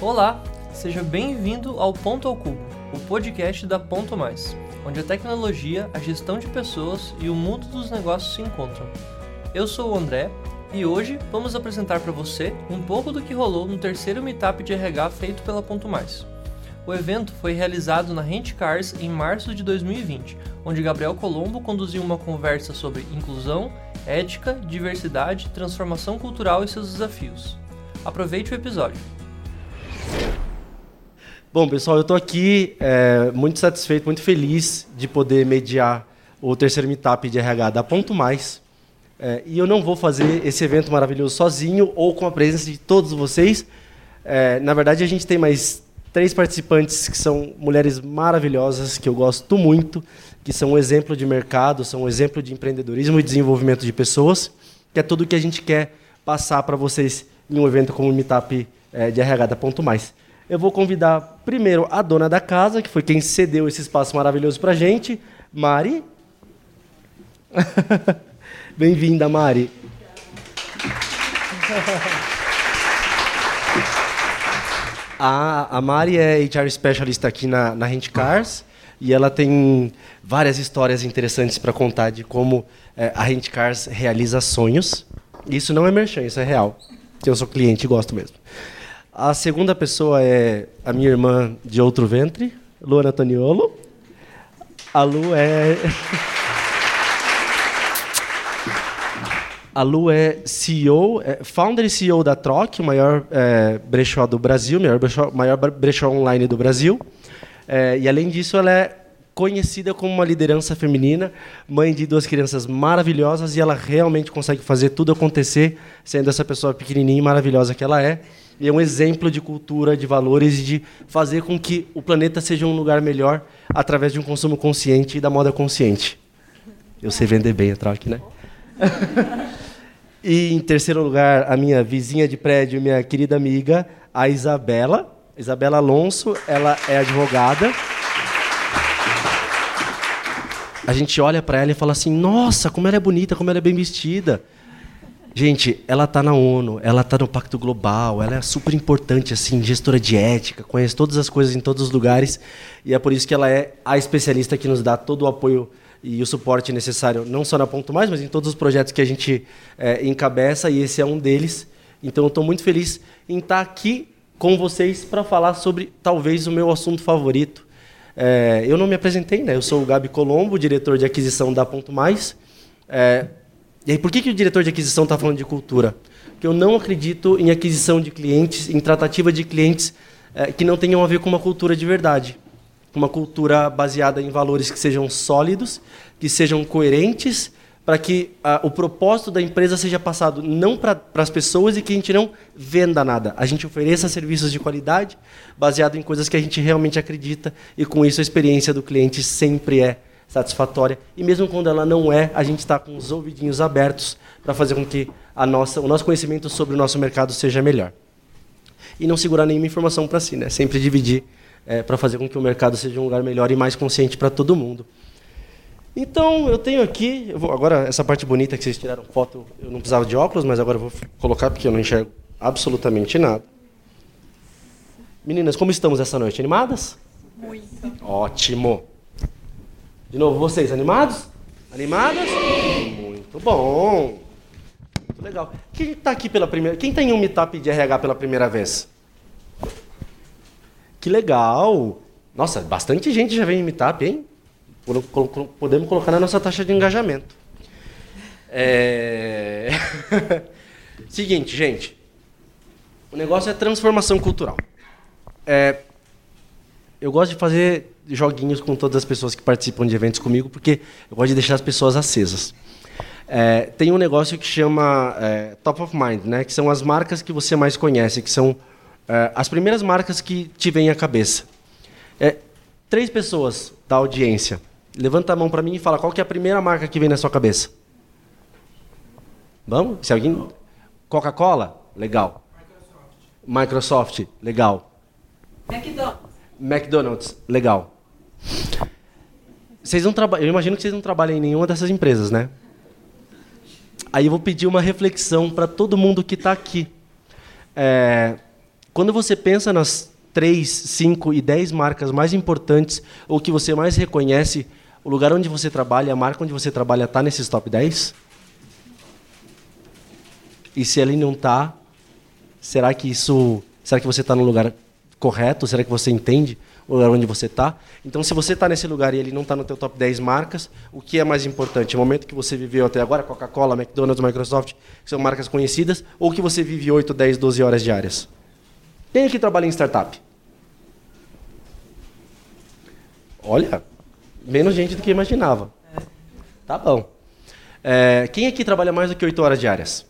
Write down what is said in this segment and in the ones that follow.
Olá, seja bem-vindo ao Ponto ao Cubo, o podcast da Ponto Mais, onde a tecnologia, a gestão de pessoas e o mundo dos negócios se encontram. Eu sou o André e hoje vamos apresentar para você um pouco do que rolou no terceiro Meetup de RH feito pela Ponto Mais. O evento foi realizado na Rent Cars em março de 2020, onde Gabriel Colombo conduziu uma conversa sobre inclusão, ética, diversidade, transformação cultural e seus desafios. Aproveite o episódio. Bom, pessoal, eu estou aqui muito satisfeito, muito feliz de poder mediar o terceiro Meetup de RH da Ponto Mais. E eu não vou fazer esse evento maravilhoso sozinho ou com a presença de todos vocês. Na verdade, a gente tem mais 3 participantes que são mulheres maravilhosas, que eu gosto muito, que são um exemplo de mercado, são um exemplo de empreendedorismo e desenvolvimento de pessoas, que é tudo o que a gente quer passar para vocês em um evento como o Meetup de RH da Ponto Mais. Eu vou convidar primeiro a dona da casa, que foi quem cedeu esse espaço maravilhoso para a gente, Mari. Bem-vinda, Mari. A Mari é HR Specialist aqui na Rent Cars e ela tem várias histórias interessantes para contar de como a Rent Cars realiza sonhos. Isso não é merchan, isso é real. Eu sou cliente e gosto mesmo. A segunda pessoa é a minha irmã de outro ventre, Luana Toniolo. A Lu é CEO, founder e CEO da Troc, o maior brechó do Brasil, maior brechó online do Brasil. E, além disso, ela é conhecida como uma liderança feminina, mãe de 2 crianças maravilhosas, e ela realmente consegue fazer tudo acontecer, sendo essa pessoa pequenininha e maravilhosa que ela é. E é um exemplo de cultura, de valores e de fazer com que o planeta seja um lugar melhor através de um consumo consciente e da moda consciente. Eu sei vender bem a Troc, né? E, em terceiro lugar, a minha vizinha de prédio, minha querida amiga, a Isabela Alonso. Ela é advogada. A gente olha para ela e fala assim, nossa, como ela é bonita, como ela é bem vestida. Gente, ela está na ONU, ela está no Pacto Global, ela é super importante, assim, gestora de ética, conhece todas as coisas em todos os lugares, e é por isso que ela é a especialista que nos dá todo o apoio e o suporte necessário, não só na Ponto Mais, mas em todos os projetos que a gente encabeça, e esse é um deles. Então, eu estou muito feliz em estar aqui com vocês para falar sobre, talvez, o meu assunto favorito. Eu não me apresentei, né? Eu sou o Gabi Colombo, diretor de aquisição da Ponto Mais. E aí, por que o diretor de aquisição está falando de cultura? Porque eu não acredito em aquisição de clientes, em tratativa de clientes que não tenham a ver com uma cultura de verdade. Uma cultura baseada em valores que sejam sólidos, que sejam coerentes, para que o propósito da empresa seja passado não para as pessoas e que a gente não venda nada. A gente ofereça serviços de qualidade, baseado em coisas que a gente realmente acredita, e com isso a experiência do cliente sempre é satisfatória. E mesmo quando ela não é, a gente está com os ouvidinhos abertos para fazer com que o nosso conhecimento sobre o nosso mercado seja melhor. E não segurar nenhuma informação para si, né? Sempre dividir para fazer com que o mercado seja um lugar melhor e mais consciente para todo mundo. Então, eu tenho aqui... agora, essa parte bonita que vocês tiraram foto, eu não precisava de óculos, mas agora eu vou colocar porque eu não enxergo absolutamente nada. Meninas, como estamos essa noite? Animadas? Muito. Ótimo. De novo, vocês, animados? Animadas? Muito bom. Muito legal. Quem está aqui pela primeira... Quem tem um Meetup de RH pela primeira vez? Que legal. Nossa, bastante gente já vem em Meetup, hein? Podemos colocar na nossa taxa de engajamento. Seguinte, gente. O negócio é transformação cultural. Eu gosto de fazer joguinhos com todas as pessoas que participam de eventos comigo, porque eu gosto de deixar as pessoas acesas. Tem um negócio que chama Top of Mind, né? Que são as marcas que você mais conhece, que são as primeiras marcas que te vêm à cabeça. 3 pessoas da audiência. Levanta a mão para mim e fala qual que é a primeira marca que vem na sua cabeça. Vamos? Se alguém... Coca-Cola? Legal. Microsoft? Legal. McDonald's? Legal. Eu imagino que vocês não trabalham em nenhuma dessas empresas, né? Aí eu vou pedir uma reflexão para todo mundo que está aqui. Quando você pensa nas 3, 5 e 10 marcas mais importantes, ou que você mais reconhece, o lugar onde você trabalha, a marca onde você trabalha, está nesses top 10? E se ele não está, será que você está no lugar correto? Será que você entende o lugar onde você está? Então, se você está nesse lugar e ele não está no teu top 10 marcas, o que é mais importante? O momento que você viveu até agora, Coca-Cola, McDonald's, Microsoft, que são marcas conhecidas, ou que você vive 8, 10, 12 horas diárias? Quem aqui trabalha em startup? Olha, menos gente do que eu imaginava. Tá bom. Quem aqui trabalha mais do que 8 horas diárias?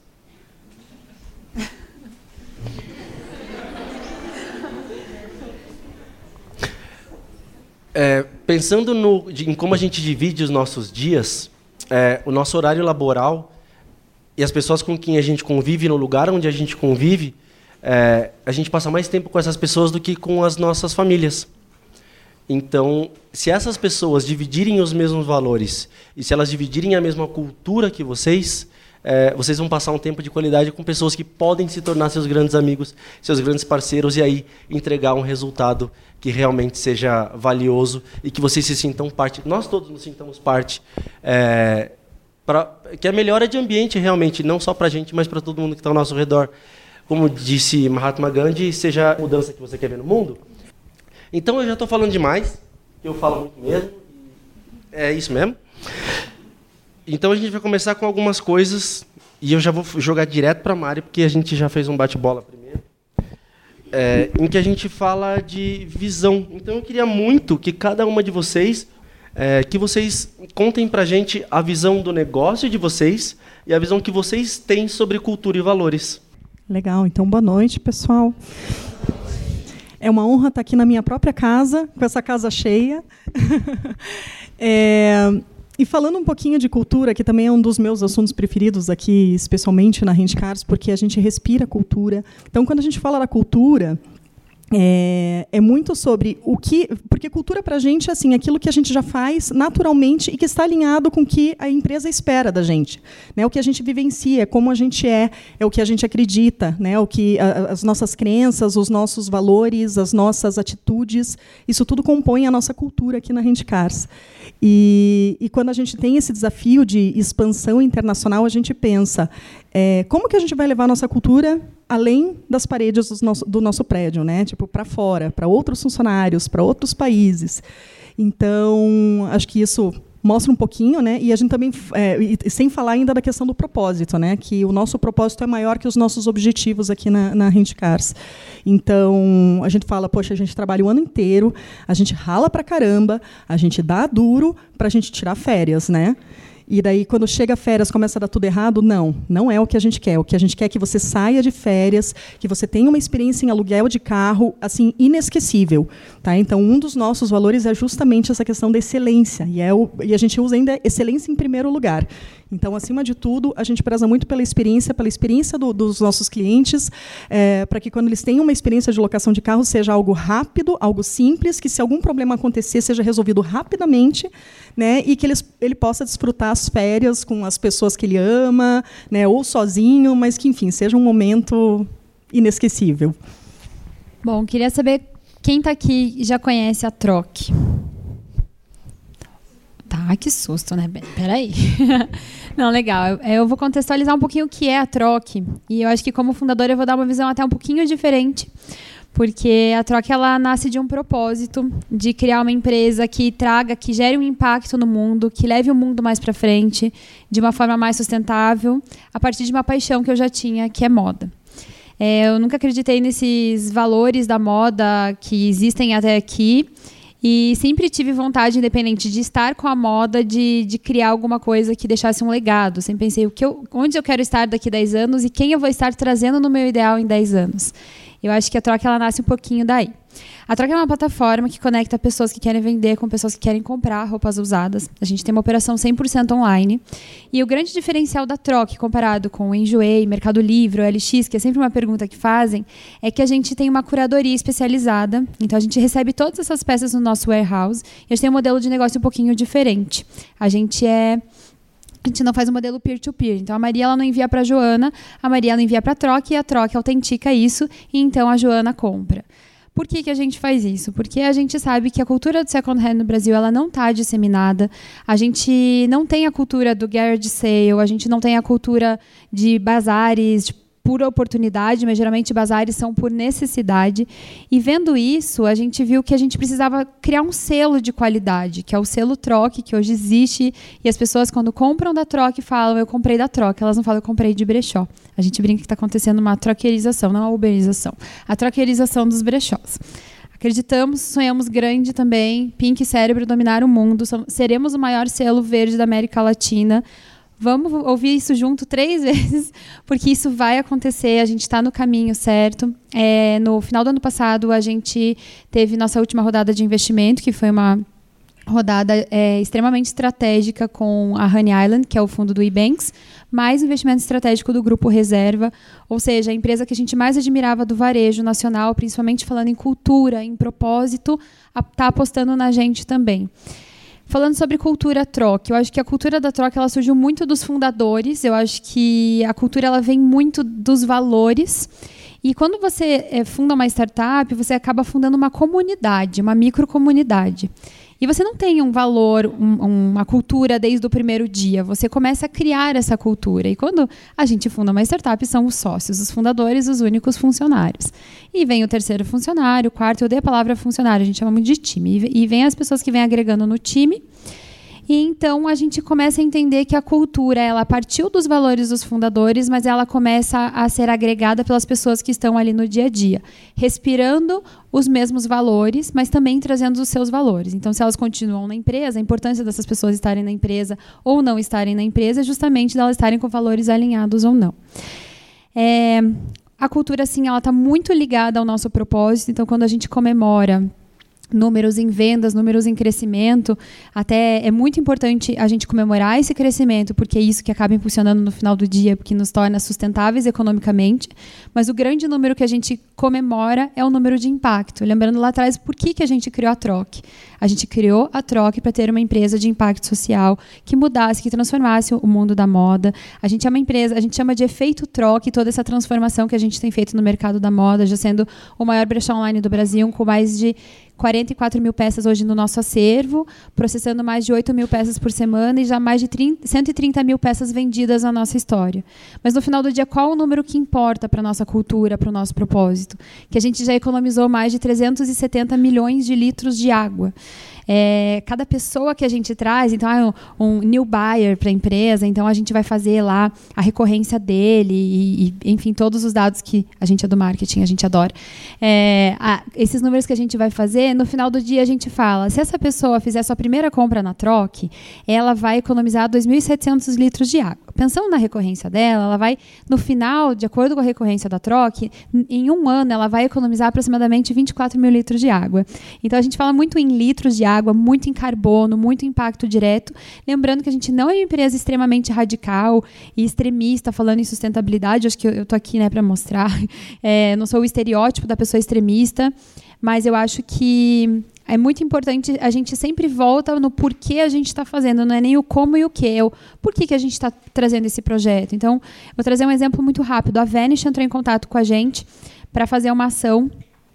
Pensando em como a gente divide os nossos dias, o nosso horário laboral e as pessoas com quem a gente convive, no lugar onde a gente convive, a gente passa mais tempo com essas pessoas do que com as nossas famílias. Então, se essas pessoas dividirem os mesmos valores e se elas dividirem a mesma cultura que vocês vão passar um tempo de qualidade com pessoas que podem se tornar seus grandes amigos, seus grandes parceiros, e aí entregar um resultado que realmente seja valioso e que vocês se sintam parte, nós todos nos sintamos parte, que a melhora de ambiente realmente, não só para a gente, mas para todo mundo que está ao nosso redor. Como disse Mahatma Gandhi, seja a mudança que você quer ver no mundo. Então, eu já estou falando demais, eu falo muito mesmo, é isso mesmo. Então, a gente vai começar com algumas coisas, e eu já vou jogar direto para a Mari, porque a gente já fez um bate-bola primeiro, em que a gente fala de visão. Então, eu queria muito que cada uma de vocês, que vocês contem para a gente a visão do negócio de vocês e a visão que vocês têm sobre cultura e valores. Legal, então boa noite, pessoal. É uma honra estar aqui na minha própria casa, com essa casa cheia. E falando um pouquinho de cultura, que também é um dos meus assuntos preferidos aqui, especialmente na Handcars, porque a gente respira cultura. Então, quando a gente fala da cultura, é muito sobre o que... Porque cultura, para a gente, é assim, aquilo que a gente já faz naturalmente e que está alinhado com o que a empresa espera da gente. Né? O que a gente vivencia, é como a gente é o que a gente acredita, né? As nossas crenças, os nossos valores, as nossas atitudes, isso tudo compõe a nossa cultura aqui na Handcars. E quando a gente tem esse desafio de expansão internacional, a gente pensa, como que a gente vai levar a nossa cultura além das paredes do nosso prédio, né? Tipo, para fora, para outros funcionários, para outros países. Então, acho que isso mostra um pouquinho, né? E a gente também, sem falar ainda da questão do propósito, né? Que o nosso propósito é maior que os nossos objetivos aqui na Handcars. Então, a gente fala, poxa, a gente trabalha o ano inteiro, a gente rala pra caramba, a gente dá duro para a gente tirar férias, né? E daí, quando chega férias, começa a dar tudo errado? Não é o que a gente quer. O que a gente quer é que você saia de férias, que você tenha uma experiência em aluguel de carro assim inesquecível. Tá? Então, um dos nossos valores é justamente essa questão da excelência. E a gente usa ainda excelência em primeiro lugar. Então, acima de tudo, a gente preza muito pela experiência dos nossos clientes, para que, quando eles tenham uma experiência de locação de carro, seja algo rápido, algo simples, que, se algum problema acontecer, seja resolvido rapidamente, né, e que ele possa desfrutar as férias com as pessoas que ele ama, né, ou sozinho, mas que, enfim, seja um momento inesquecível. Bom, queria saber quem está aqui e já conhece a Troc. Tá, que susto, né? Peraí. Não, legal. Eu vou contextualizar um pouquinho o que é a Troc. E eu acho que, como fundadora, eu vou dar uma visão até um pouquinho diferente. Porque a Troc, ela nasce de um propósito de criar uma empresa que gere um impacto no mundo, que leve o mundo mais para frente, de uma forma mais sustentável, a partir de uma paixão que eu já tinha, que é moda. Eu nunca acreditei nesses valores da moda que existem até aqui. E sempre tive vontade, independente de estar com a moda, de criar alguma coisa que deixasse um legado. Sempre pensei onde eu quero estar daqui a 10 anos e quem eu vou estar trazendo no meu ideal em 10 anos. Eu acho que a Troc, ela nasce um pouquinho daí. A Troc é uma plataforma que conecta pessoas que querem vender com pessoas que querem comprar roupas usadas. A gente tem uma operação 100% online. E o grande diferencial da Troc, comparado com o Enjoei, Mercado Livre, o LX, que é sempre uma pergunta que fazem, é que a gente tem uma curadoria especializada. Então, a gente recebe todas essas peças no nosso warehouse e a gente tem um modelo de negócio um pouquinho diferente. A gente é a gente não faz um modelo peer-to-peer. Então, a Maria ela não envia para a Joana, a Maria ela envia para a Troc, e a Troc autentica isso, e então a Joana compra. Por que a gente faz isso? Porque a gente sabe que a cultura do second hand no Brasil ela não está disseminada. A gente não tem a cultura do garage sale, a gente não tem a cultura de bazares, por oportunidade, mas geralmente bazares são por necessidade. E vendo isso, a gente viu que a gente precisava criar um selo de qualidade, que é o selo Troc, que hoje existe, e as pessoas quando compram da Troc falam, eu comprei da Troc, elas não falam, eu comprei de brechó. A gente brinca que está acontecendo uma troqueirização, não uma uberização. A troqueirização dos brechós. Acreditamos, sonhamos grande também, Pink e Cérebro dominar o mundo, seremos o maior selo verde da América Latina. Vamos ouvir isso junto 3 vezes, porque isso vai acontecer, a gente está no caminho certo. No final do ano passado, a gente teve nossa última rodada de investimento, que foi uma rodada extremamente estratégica com a Honey Island, que é o fundo do eBanks, mais investimento estratégico do Grupo Reserva, ou seja, a empresa que a gente mais admirava do varejo nacional, principalmente falando em cultura, em propósito, está apostando na gente também. Falando sobre cultura Troc, eu acho que a cultura da Troc ela surgiu muito dos fundadores, eu acho que a cultura ela vem muito dos valores, e quando você funda uma startup, você acaba fundando uma comunidade, uma microcomunidade. E você não tem um valor, uma cultura desde o primeiro dia. Você começa a criar essa cultura. E quando a gente funda uma startup, são os sócios, os fundadores, os únicos funcionários. E vem o terceiro funcionário, o quarto, eu dei a palavra funcionário, a gente chama muito de time. E vem as pessoas que vêm agregando no time. E então a gente começa a entender que a cultura ela partiu dos valores dos fundadores, mas ela começa a ser agregada pelas pessoas que estão ali no dia a dia, respirando os mesmos valores, mas também trazendo os seus valores. Então, se elas continuam na empresa, a importância dessas pessoas estarem na empresa ou não estarem na empresa é justamente delas estarem com valores alinhados ou não. A cultura, assim, ela está muito ligada ao nosso propósito. Então, quando a gente comemora números em vendas, números em crescimento, até é muito importante a gente comemorar esse crescimento, porque é isso que acaba impulsionando no final do dia, porque nos torna sustentáveis economicamente, mas o grande número que a gente comemora é o número de impacto. Lembrando lá atrás, por que a gente criou a Troc? A gente criou a Troc para ter uma empresa de impacto social que mudasse, que transformasse o mundo da moda. A gente é uma empresa, a gente chama de efeito Troc, toda essa transformação que a gente tem feito no mercado da moda, já sendo o maior brechó online do Brasil, com mais de 44 mil peças hoje no nosso acervo, processando mais de 8 mil peças por semana e já mais de 130 mil peças vendidas na nossa história. Mas no final do dia, qual o número que importa para a nossa cultura, para o nosso propósito? Que a gente já economizou mais de 370 milhões de litros de água. Cada pessoa que a gente traz, então um new buyer para a empresa, então a gente vai fazer lá a recorrência dele e enfim, todos os dados que a gente é do marketing, a gente adora. Esses números que a gente vai fazer, no final do dia a gente fala, se essa pessoa fizer sua primeira compra na Troc, ela vai economizar 2.700 litros de água. Pensando na recorrência dela, ela vai, no final, de acordo com a recorrência da Troc, em um ano ela vai economizar aproximadamente 24 mil litros de água. Então a gente fala muito em litros de água, muito em carbono, muito impacto direto. Lembrando que a gente não é uma empresa extremamente radical e extremista, falando em sustentabilidade. Acho que eu estou aqui, né, para mostrar. Não sou o estereótipo da pessoa extremista, mas eu acho que é muito importante, a gente sempre volta no porquê a gente está fazendo, não é nem o como e o que, é o porquê que a gente está trazendo esse projeto. Então, vou trazer um exemplo muito rápido. A Vanish entrou em contato com a gente para fazer uma ação.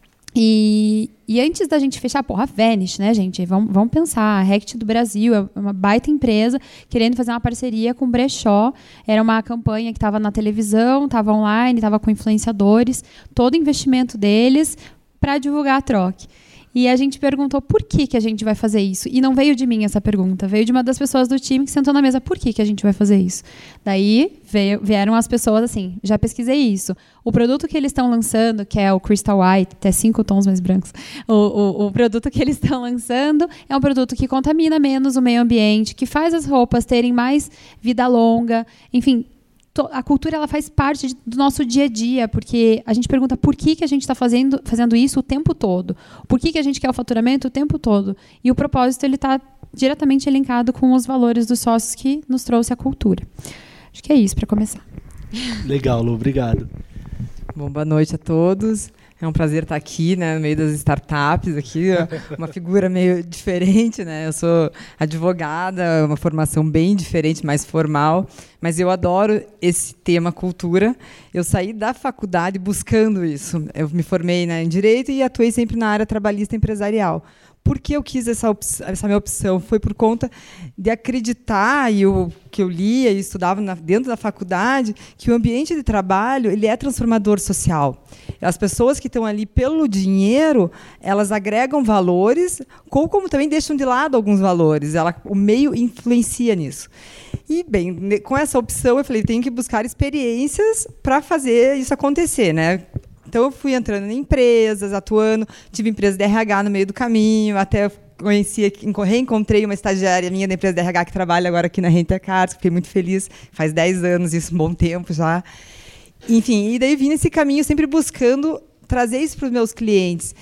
E antes da gente fechar, a Vanish, né, gente? Vamos pensar, a Rect do Brasil é uma baita empresa querendo fazer uma parceria com o brechó. Era uma campanha que estava na televisão, estava online, estava com influenciadores, todo o investimento deles para divulgar a Troc. E a gente perguntou por que a gente vai fazer isso. E não veio de mim essa pergunta, veio de uma das pessoas do time que sentou na mesa, por que a gente vai fazer isso? Daí vieram as pessoas assim, já pesquisei isso. O produto que eles estão lançando, que é o Crystal White, até 5 tons mais brancos, o produto que eles estão lançando é um produto que contamina menos o meio ambiente, que faz as roupas terem mais vida longa, enfim. A cultura ela faz parte do nosso dia a dia, porque a gente pergunta por que a gente está fazendo isso o tempo todo. Por que a gente quer o faturamento o tempo todo? E o propósito está diretamente linkado com os valores dos sócios que nos trouxe a cultura. Acho que é isso para começar. Legal, Lu, obrigado. Bom, boa noite a todos. É um prazer estar aqui, né, no meio das startups, aqui, uma figura meio diferente, né? Eu sou advogada, uma formação bem diferente, mais formal, mas eu adoro esse tema cultura. Eu saí da faculdade buscando isso. Eu me formei, né, em Direito e atuei sempre na área trabalhista empresarial. Por que eu quis essa minha opção? Foi por conta de acreditar, e o que eu lia e estudava dentro da faculdade, que o ambiente de trabalho ele é transformador social. As pessoas que estão ali pelo dinheiro, elas agregam valores, como também deixam de lado alguns valores. O meio influencia nisso. E, bem, com essa opção, eu falei, tenho que buscar experiências para fazer isso acontecer, né? Então, eu fui entrando em empresas, atuando, tive empresa de RH no meio do caminho, até reencontrei uma estagiária minha da empresa de RH que trabalha agora aqui na Rent a Cars, fiquei muito feliz, faz 10 anos, isso, um bom tempo já. Enfim, e daí vim nesse caminho sempre buscando trazer isso para os meus clientes.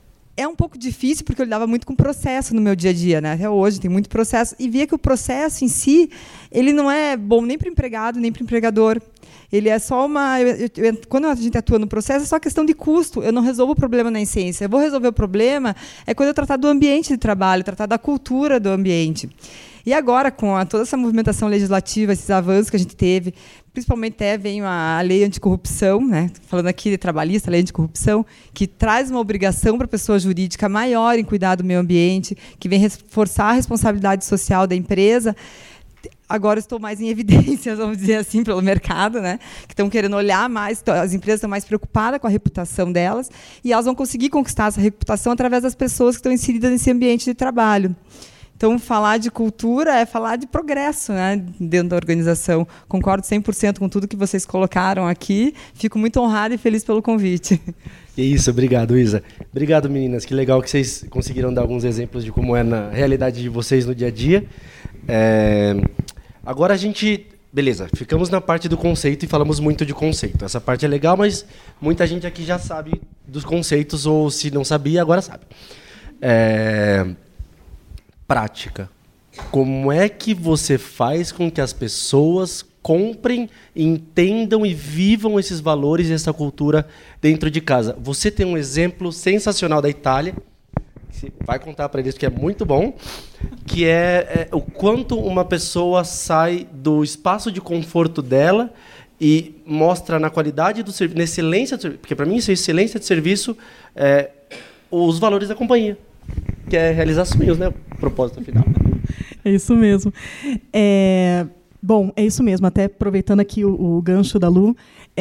É um pouco difícil, porque eu lidava muito com processo no meu dia a dia, né? Até hoje tem muito processo, e via que o processo em si, ele não é bom nem para o empregado, nem para o empregador. Ele é só quando a gente atua no processo, é só questão de custo. Eu não resolvo o problema na essência. Eu vou resolver o problema quando eu tratar do ambiente de trabalho, tratar da cultura do ambiente. E agora, com toda essa movimentação legislativa, esses avanços que a gente teve, principalmente até vem a lei anticorrupção, né? Falando aqui de trabalhista, a lei anticorrupção, que traz uma obrigação para a pessoa jurídica maior em cuidar do meio ambiente, que vem reforçar a responsabilidade social da empresa. Agora estou mais em evidência, vamos dizer assim, pelo mercado, né? Que estão querendo olhar mais, as empresas estão mais preocupadas com a reputação delas, e elas vão conseguir conquistar essa reputação através das pessoas que estão inseridas nesse ambiente de trabalho. Então, falar de cultura é falar de progresso, né, dentro da organização. Concordo 100% com tudo que vocês colocaram aqui. Fico muito honrada e feliz pelo convite. Isso, obrigado, Isa. Obrigado, meninas. Que legal que vocês conseguiram dar alguns exemplos de como é na realidade de vocês no dia a dia. Agora a gente... Beleza, ficamos na parte do conceito e falamos muito de conceito. Essa parte é legal, mas muita gente aqui já sabe dos conceitos, ou se não sabia, agora sabe. Prática. Como é que você faz com que as pessoas comprem, entendam e vivam esses valores e essa cultura dentro de casa? Você tem um exemplo sensacional da Itália, que vai contar para eles que é muito bom, que é o quanto uma pessoa sai do espaço de conforto dela e mostra na qualidade do serviço, na excelência do serviço, porque para mim isso é excelência de serviço, os valores da companhia, que é realizar sonhos, né? O propósito final. É isso mesmo. Bom, é isso mesmo. Até aproveitando aqui o gancho da Lu,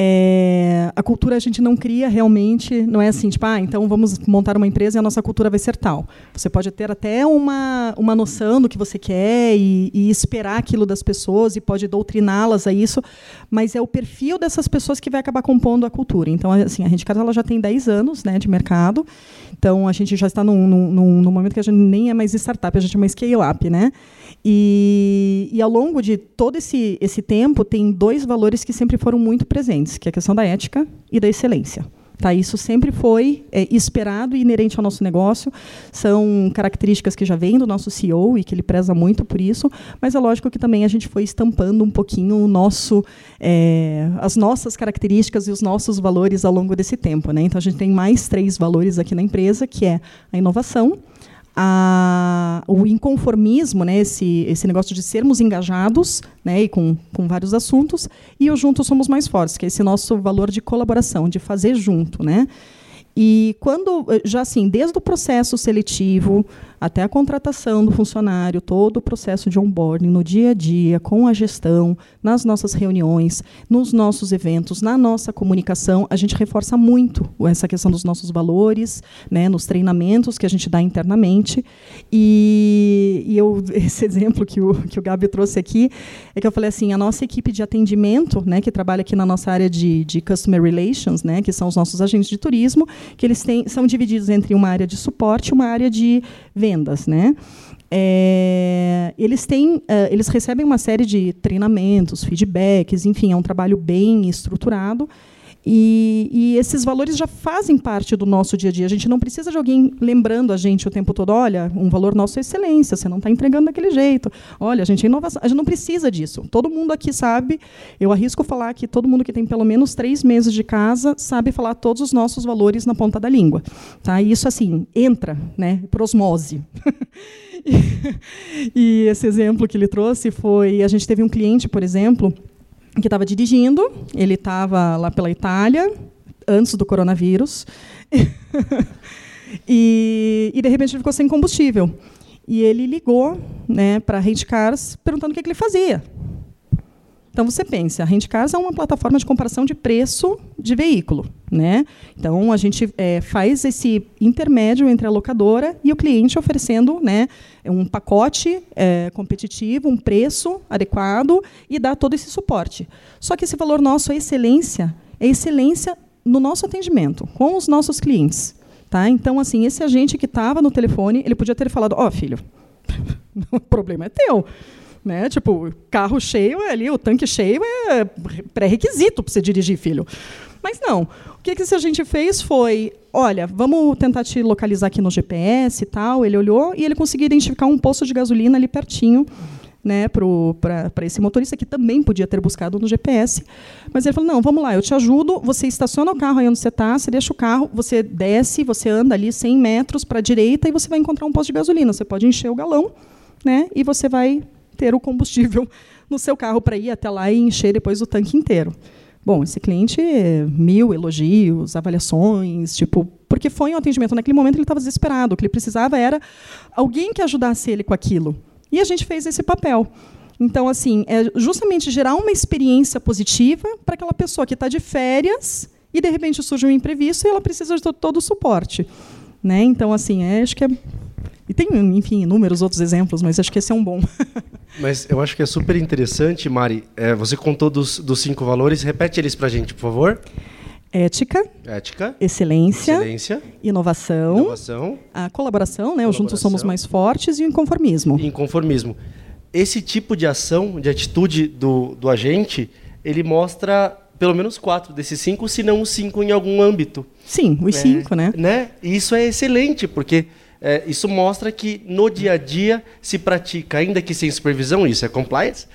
a cultura a gente não cria realmente, não é assim, tipo, então vamos montar uma empresa e a nossa cultura vai ser tal. Você pode ter até uma noção do que você quer e esperar aquilo das pessoas e pode doutriná-las a isso, mas é o perfil dessas pessoas que vai acabar compondo a cultura. Então, assim, a Rent a Cars ela já tem 10 anos, né, de mercado, então a gente já está num momento que a gente nem é mais startup, a gente é uma scale-up, né? E ao longo de todo esse tempo, tem 2 valores que sempre foram muito presentes, que é a questão da ética e da excelência. Tá, isso sempre foi esperado e inerente ao nosso negócio. São características que já vêm do nosso CEO e que ele preza muito por isso, mas é lógico que também a gente foi estampando um pouquinho as nossas características e os nossos valores ao longo desse tempo, né? Então, a gente tem mais 3 valores aqui na empresa, que é a inovação, o inconformismo, né, esse negócio de sermos engajados, né, e com vários assuntos, e o juntos somos mais fortes, que é esse nosso valor de colaboração, de fazer junto, né? E quando, já assim, desde o processo seletivo até a contratação do funcionário, todo o processo de onboarding no dia a dia, com a gestão, nas nossas reuniões, nos nossos eventos, na nossa comunicação, a gente reforça muito essa questão dos nossos valores, né, nos treinamentos que a gente dá internamente. E esse exemplo que o Gabi trouxe aqui, é que eu falei assim, a nossa equipe de atendimento, né, que trabalha aqui na nossa área de Customer Relations, né, que são os nossos agentes de turismo, que eles são divididos entre uma área de suporte e uma área de vendas, né? Eles recebem uma série de treinamentos, feedbacks, enfim, é um trabalho bem estruturado. E esses valores já fazem parte do nosso dia a dia. A gente não precisa de alguém lembrando a gente o tempo todo, olha, um valor nosso é excelência, você não está entregando daquele jeito. Olha, a gente é inovação. A gente não precisa disso. Todo mundo aqui sabe, eu arrisco falar que todo mundo que tem pelo menos 3 meses de casa sabe falar todos os nossos valores na ponta da língua. Tá? E isso, assim, entra, né, por osmose. E esse exemplo que ele trouxe foi, a gente teve um cliente, por exemplo, que estava dirigindo, ele estava lá pela Itália, antes do coronavírus, e de repente ele ficou sem combustível. E ele ligou, né, para a Rentecars perguntando o que ele fazia. Então, você pensa, a Rentecars é uma plataforma de comparação de preço de veículo, né? Então, a gente faz esse intermédio entre a locadora e o cliente, oferecendo, né, um pacote competitivo, um preço adequado e dá todo esse suporte. Só que esse valor nosso é excelência no nosso atendimento, com os nossos clientes. Tá? Então, assim, esse agente que estava no telefone, ele podia ter falado, filho, o problema é teu. Né? Tipo, carro cheio ali, o tanque cheio é pré-requisito para você dirigir, filho. Mas não. O que esse agente fez foi, olha, vamos tentar te localizar aqui no GPS e tal. Ele olhou e ele conseguiu identificar um posto de gasolina ali pertinho, né, para esse motorista, que também podia ter buscado no GPS. Mas ele falou, não, vamos lá, eu te ajudo, você estaciona o carro aí onde você está, você deixa o carro, você desce, você anda ali 100 metros para a direita e você vai encontrar um posto de gasolina. Você pode encher o galão, né, e você vai ter o combustível no seu carro para ir até lá e encher depois o tanque inteiro. Bom, esse cliente, 1000 elogios, avaliações, porque foi um atendimento. Naquele momento ele estava desesperado. O que ele precisava era alguém que ajudasse ele com aquilo. E a gente fez esse papel. Então, assim, é justamente gerar uma experiência positiva para aquela pessoa que está de férias e, de repente, surge um imprevisto e ela precisa de todo o suporte. Né? Então, assim, acho que é... E tem, enfim, inúmeros outros exemplos, mas acho que esse é um bom. Mas eu acho que é super interessante, Mari. Você contou dos 5 valores. Repete eles para a gente, por favor. Ética. Excelência. Inovação. A colaboração, né? O Juntos Somos Mais Fortes, e o inconformismo. Esse tipo de ação, de atitude do agente, ele mostra pelo menos 4 desses 5, se não os 5 em algum âmbito. Sim, os 5, né? E isso é excelente, porque isso mostra que no dia a dia se pratica, ainda que sem supervisão, isso é compliance,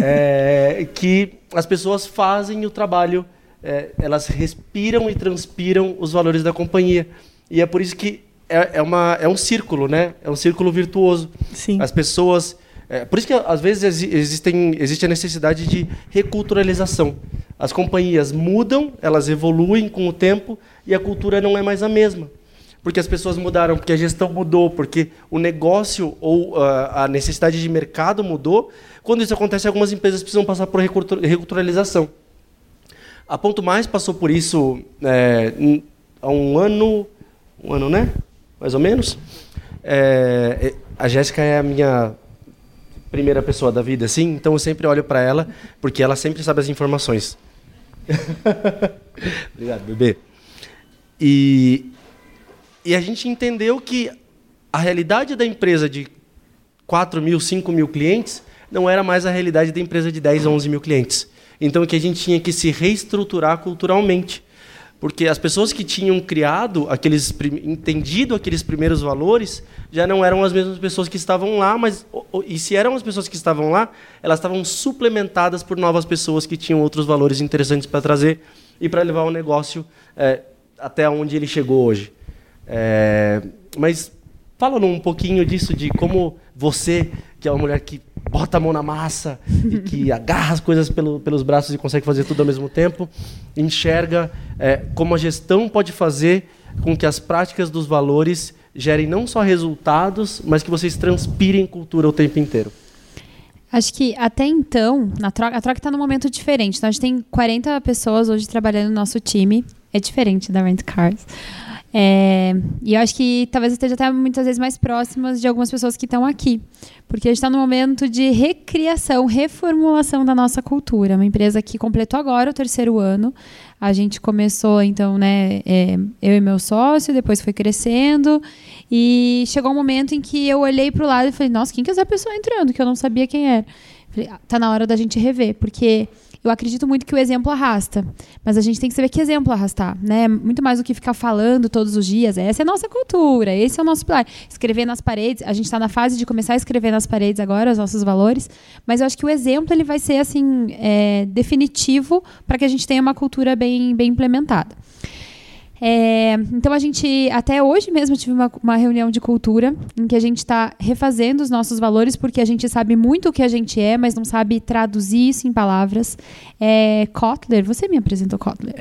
que as pessoas fazem o trabalho, elas respiram e transpiram os valores da companhia. E é por isso que é um círculo, né? É um círculo virtuoso. Sim. As pessoas... por isso que, às vezes, existe a necessidade de reculturalização. As companhias mudam, elas evoluem com o tempo e a cultura não é mais a mesma. Porque as pessoas mudaram, porque a gestão mudou, porque o negócio ou a necessidade de mercado mudou. Quando isso acontece, algumas empresas precisam passar por reculturalização. A Ponto Mais passou por isso há um ano, né? Mais ou menos. A Jéssica é a minha primeira pessoa da vida, assim, então eu sempre olho para ela, porque ela sempre sabe as informações. Obrigado, bebê. E a gente entendeu que a realidade da empresa de 4 mil, 5 mil clientes não era mais a realidade da empresa de 10, 11 mil clientes. Então, que a gente tinha que se reestruturar culturalmente. Porque as pessoas que tinham criado, entendido aqueles primeiros valores, já não eram as mesmas pessoas que estavam lá, e se eram as pessoas que estavam lá, elas estavam suplementadas por novas pessoas que tinham outros valores interessantes para trazer e para levar o negócio até onde ele chegou hoje. Mas fala um pouquinho disso, de como você, que é uma mulher que bota a mão na massa e que agarra as coisas pelos braços e consegue fazer tudo ao mesmo tempo, enxerga como a gestão pode fazer com que as práticas dos valores gerem não só resultados, mas que vocês transpirem cultura o tempo inteiro. Acho que até então, a Troca está num momento diferente. Então, a gente tem 40 pessoas hoje trabalhando no nosso time. É diferente da Rentecars. E eu acho que talvez esteja até muitas vezes mais próximas de algumas pessoas que estão aqui. Porque a gente está num momento de recriação, reformulação da nossa cultura. Uma empresa que completou agora o 3º ano. A gente começou, então, né, eu e meu sócio, depois foi crescendo. E chegou um momento em que eu olhei para o lado e falei, nossa, quem que é essa pessoa entrando? Que eu não sabia quem era. Falei, tá na hora da gente rever. Porque eu acredito muito que o exemplo arrasta, mas a gente tem que saber que exemplo arrastar, né? Muito mais do que ficar falando todos os dias. Essa é a nossa cultura, esse é o nosso pilar. Escrever nas paredes, a gente está na fase de começar a escrever nas paredes agora os nossos valores, mas eu acho que o exemplo ele vai ser assim, definitivo para que a gente tenha uma cultura bem implementada. Então a gente, até hoje mesmo, tive uma reunião de cultura em que a gente está refazendo os nossos valores, porque a gente sabe muito o que a gente é, mas não sabe traduzir isso em palavras. Kotler, você me apresentou Kotler.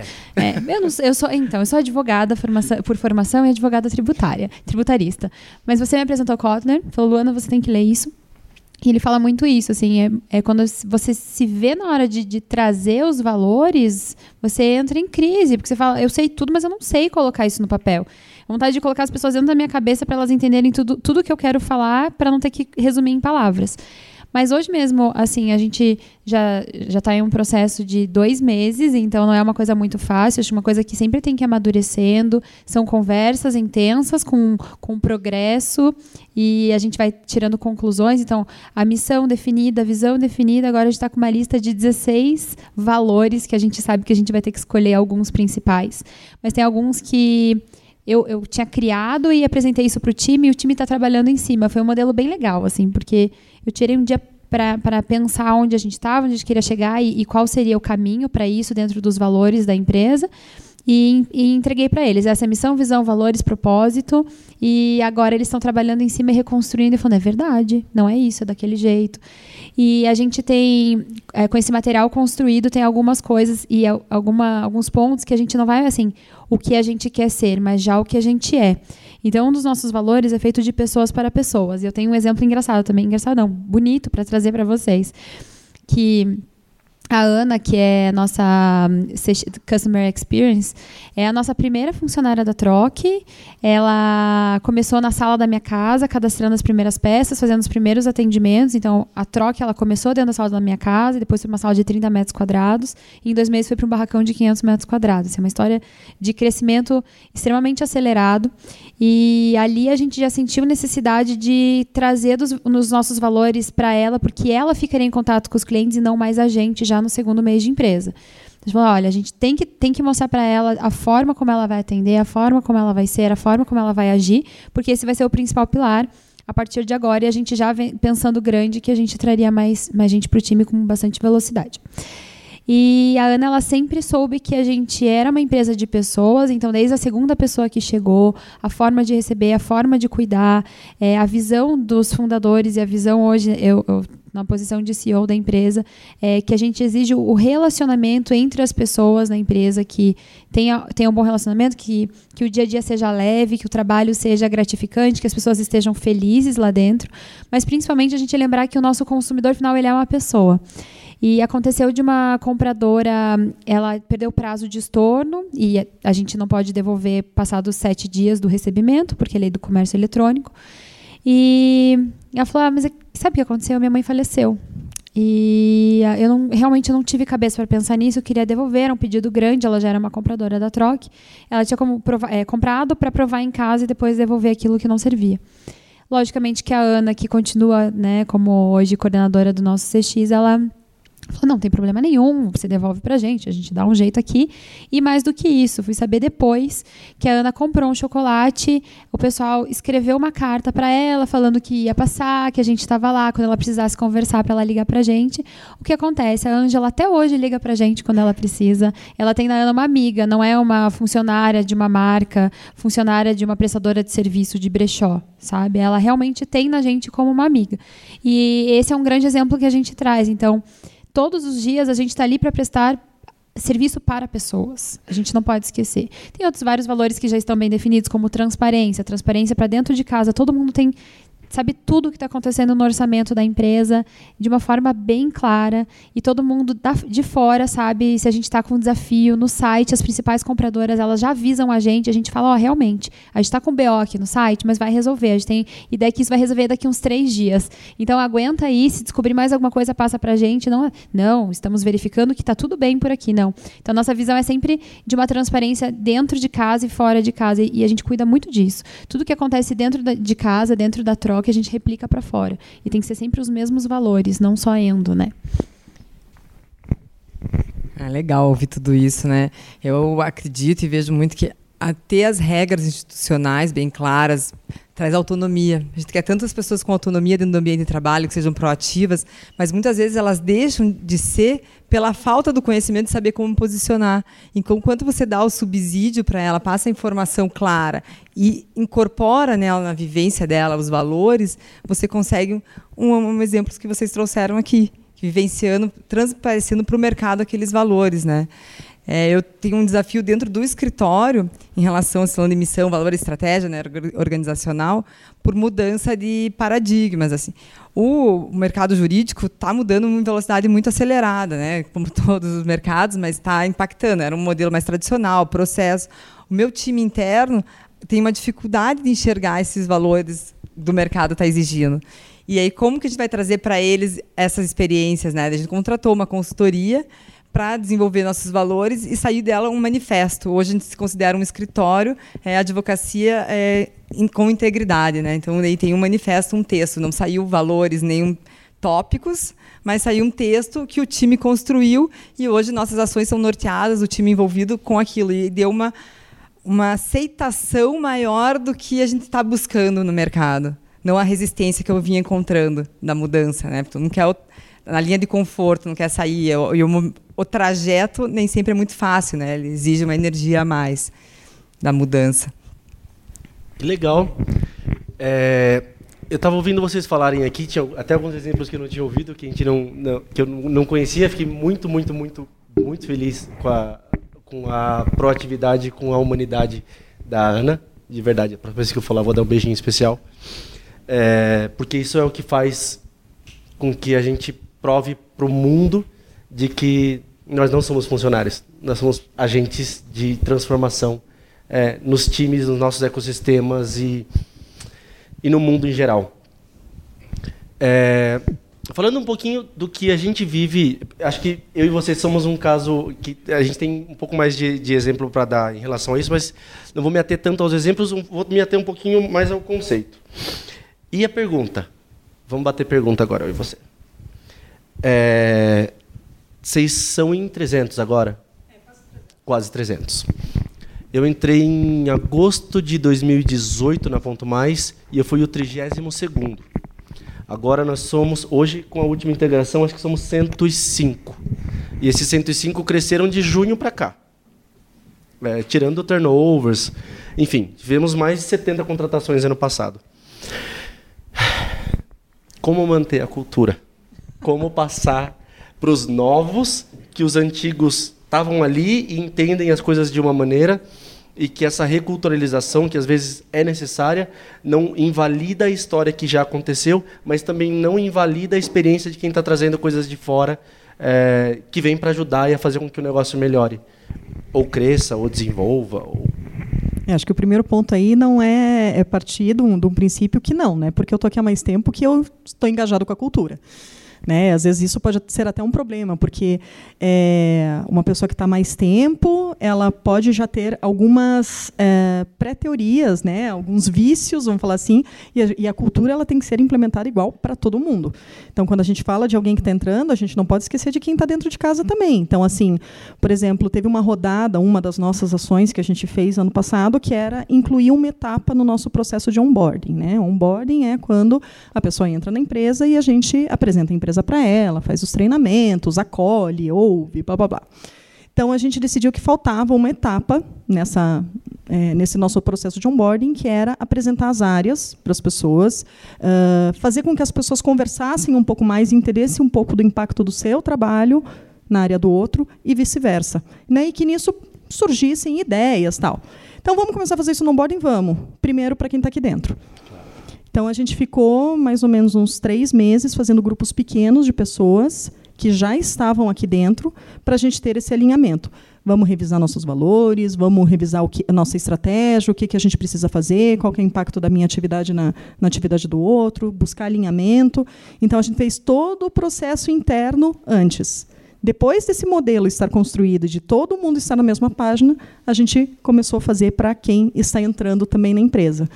Eu sou advogada por formação e advogada tributarista. Mas você me apresentou Kotler, falou, Luana, você tem que ler isso. E ele fala muito isso, assim, quando você se vê na hora de trazer os valores, você entra em crise, porque você fala, eu sei tudo, mas eu não sei colocar isso no papel. A vontade de colocar as pessoas dentro da minha cabeça para elas entenderem tudo que eu quero falar, para não ter que resumir em palavras. Mas hoje mesmo, assim, a gente já está em um processo de 2 meses, então não é uma coisa muito fácil, acho uma coisa que sempre tem que ir amadurecendo, são conversas intensas com progresso e a gente vai tirando conclusões, então a missão definida, a visão definida, agora a gente está com uma lista de 16 valores que a gente sabe que a gente vai ter que escolher alguns principais, mas tem alguns que eu tinha criado e apresentei isso para o time e o time está trabalhando em cima, foi um modelo bem legal, assim, porque eu tirei um dia para pensar onde a gente estava, onde a gente queria chegar e qual seria o caminho para isso dentro dos valores da empresa e entreguei para eles essa missão, visão, valores, propósito e agora eles estão trabalhando em cima e reconstruindo e falando, é verdade, não é isso, é daquele jeito. E a gente tem, com esse material construído, tem algumas coisas e alguns pontos que a gente não vai, assim, o que a gente quer ser, mas já o que a gente é. Então, um dos nossos valores é feito de pessoas para pessoas. E eu tenho um exemplo engraçado também, engraçado não, bonito para trazer para vocês, que a Ana, que é nossa Customer Experience, é a nossa primeira funcionária da Troc. Ela começou na sala da minha casa, cadastrando as primeiras peças, fazendo os primeiros atendimentos. Então, a Troc ela começou dentro da sala da minha casa, depois foi uma sala de 30 metros quadrados, e em 2 meses foi para um barracão de 500 metros quadrados. É uma história de crescimento extremamente acelerado. E ali a gente já sentiu necessidade de trazer os nossos valores para ela, porque ela ficaria em contato com os clientes e não mais a gente já no segundo mês de empresa. A gente falou, olha, a gente tem que mostrar para ela a forma como ela vai atender, a forma como ela vai ser, a forma como ela vai agir, porque esse vai ser o principal pilar a partir de agora, e a gente já vem pensando grande que a gente traria mais gente para o time com bastante velocidade. E a Ana, ela sempre soube que a gente era uma empresa de pessoas, então desde a segunda pessoa que chegou, a forma de receber, a forma de cuidar, a visão dos fundadores e a visão hoje, eu na posição de CEO da empresa, que a gente exige o relacionamento entre as pessoas na empresa, que tenha um bom relacionamento, que o dia a dia seja leve, que o trabalho seja gratificante, que as pessoas estejam felizes lá dentro, mas principalmente a gente lembrar que o nosso consumidor final ele é uma pessoa. E aconteceu de uma compradora, ela perdeu o prazo de estorno e a gente não pode devolver passados 7 dias do recebimento, porque é lei do comércio eletrônico. E ela falou, mas sabe o que aconteceu? Minha mãe faleceu. E eu realmente não tive cabeça para pensar nisso, eu queria devolver, era um pedido grande, ela já era uma compradora da Troc. Ela tinha comprado para provar em casa e depois devolver aquilo que não servia. Logicamente que a Ana, que continua, né, como hoje coordenadora do nosso CX, ela falou, não tem problema nenhum, você devolve pra gente, a gente dá um jeito aqui. E mais do que isso, fui saber depois que a Ana comprou um chocolate, o pessoal escreveu uma carta para ela falando que ia passar, que a gente estava lá quando ela precisasse conversar para ela ligar pra gente. O que acontece? A Ângela até hoje liga pra gente quando ela precisa. Ela tem na Ana uma amiga, não é uma funcionária de uma marca, funcionária de uma prestadora de serviço de brechó, sabe? Ela realmente tem na gente como uma amiga. E esse é um grande exemplo que a gente traz. Então, todos os dias a gente está ali para prestar serviço para pessoas. A gente não pode esquecer. Tem outros vários valores que já estão bem definidos, como transparência. Transparência para dentro de casa. Todo mundo sabe tudo o que está acontecendo no orçamento da empresa de uma forma bem clara e todo mundo de fora sabe se a gente está com um desafio no site, as principais compradoras elas já avisam a gente fala, realmente, a gente está com BO aqui no site, mas vai resolver, a gente tem ideia que isso vai resolver daqui uns 3 dias, então aguenta aí, se descobrir mais alguma coisa passa para a gente, não, estamos verificando que está tudo bem por aqui, não. Então nossa visão é sempre de uma transparência dentro de casa e fora de casa e a gente cuida muito disso. Tudo que acontece dentro de casa, dentro da Troc, que a gente replica para fora. E tem que ser sempre os mesmos valores, não só endo, né? Legal ouvir tudo isso, né? Eu acredito e vejo muito que ter as regras institucionais bem claras traz autonomia. A gente quer tantas pessoas com autonomia dentro do ambiente de trabalho, que sejam proativas, mas muitas vezes elas deixam de ser pela falta do conhecimento de saber como posicionar. Então, enquanto você dá o subsídio para ela, passa a informação clara e incorpora nela, na vivência dela, os valores, você consegue um exemplo que vocês trouxeram aqui, vivenciando, transparecendo para o mercado aqueles valores, né? Eu tenho um desafio dentro do escritório em relação à falando de missão, valor e estratégia, né, organizacional, por mudança de paradigmas. Assim. O mercado jurídico está mudando em velocidade muito acelerada, né, como todos os mercados, mas está impactando. Era um modelo mais tradicional, processo. O meu time interno tem uma dificuldade de enxergar esses valores do mercado está exigindo. E aí, como que a gente vai trazer para eles essas experiências? Né? A gente contratou uma consultoria para desenvolver nossos valores e sair dela um manifesto. Hoje a gente se considera um escritório, advocacia com integridade. Né? Então, aí tem um manifesto, um texto. Não saiu valores, nem tópicos, mas saiu um texto que o time construiu e hoje nossas ações são norteadas, o time envolvido com aquilo. E deu uma aceitação maior do que a gente está buscando no mercado. Não a resistência que eu vinha encontrando da mudança, né? Tu não quer na linha de conforto, não quer sair. O trajeto nem sempre é muito fácil, né? Ele exige uma energia a mais da mudança. Que legal. Eu estava ouvindo vocês falarem aqui, tinha até alguns exemplos que eu não tinha ouvido, que eu não conhecia. Fiquei muito, muito, muito, muito feliz com a proatividade, com a humanidade da Ana. De verdade, a próxima vez que eu falar, vou dar um beijinho especial. Porque isso é o que faz com que a gente prove para o mundo de que nós não somos funcionários, nós somos agentes de transformação nos times, nos nossos ecossistemas e no mundo em geral. Falando um pouquinho do que a gente vive, acho que eu e você somos um caso que a gente tem um pouco mais de exemplo para dar em relação a isso, mas não vou me ater tanto aos exemplos, vou me ater um pouquinho mais ao conceito. E a pergunta? Vamos bater pergunta agora, eu e você. Vocês são em 300 agora? Quase 300. Eu entrei em agosto de 2018 na Ponto Mais e eu fui o 32º. Agora nós somos, hoje com a última integração, acho que somos 105. E esses 105 cresceram de junho para cá. Tirando turnovers. Enfim, tivemos mais de 70 contratações ano passado. Como manter a cultura? Como passar para os novos, que os antigos estavam ali e entendem as coisas de uma maneira, e que essa reculturalização, que às vezes é necessária, não invalida a história que já aconteceu, mas também não invalida a experiência de quem está trazendo coisas de fora, que vem para ajudar e a fazer com que o negócio melhore, ou cresça, ou desenvolva, acho que o primeiro ponto aí não é partir de um princípio que não, né? Porque eu estou aqui há mais tempo que eu estou engajado com a cultura. Né? Às vezes isso pode ser até um problema, porque uma pessoa que está mais tempo, ela pode já ter algumas pré-teorias, né? Alguns vícios, vamos falar assim, e a cultura ela tem que ser implementada igual para todo mundo. Então, quando a gente fala de alguém que está entrando, a gente não pode esquecer de quem está dentro de casa também. Então, assim, por exemplo, teve uma rodada, uma das nossas ações que a gente fez ano passado, que era incluir uma etapa no nosso processo de onboarding. Né? Onboarding é quando a pessoa entra na empresa e a gente apresenta a empresa para ela, faz os treinamentos, acolhe, ouve, blá, blá, blá. Então, a gente decidiu que faltava uma etapa nesse nosso processo de onboarding, que era apresentar as áreas para as pessoas, fazer com que as pessoas conversassem um pouco mais, entendessem um pouco do impacto do seu trabalho na área do outro e vice-versa. Né? E que nisso surgissem ideias. Tal. Então, vamos começar a fazer isso no onboarding? Vamos. Primeiro, para quem está aqui dentro. Então, a gente ficou mais ou menos uns 3 meses fazendo grupos pequenos de pessoas que já estavam aqui dentro para a gente ter esse alinhamento. Vamos revisar nossos valores, vamos revisar a nossa estratégia, o que a gente precisa fazer, qual que é o impacto da minha atividade na atividade do outro, buscar alinhamento. Então, a gente fez todo o processo interno antes. Depois desse modelo estar construído, de todo mundo estar na mesma página, a gente começou a fazer para quem está entrando também na empresa.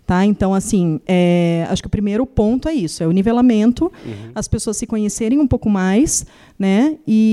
Tá? Então, assim, acho que o primeiro ponto é isso, é o nivelamento, as pessoas se conhecerem um pouco mais, né?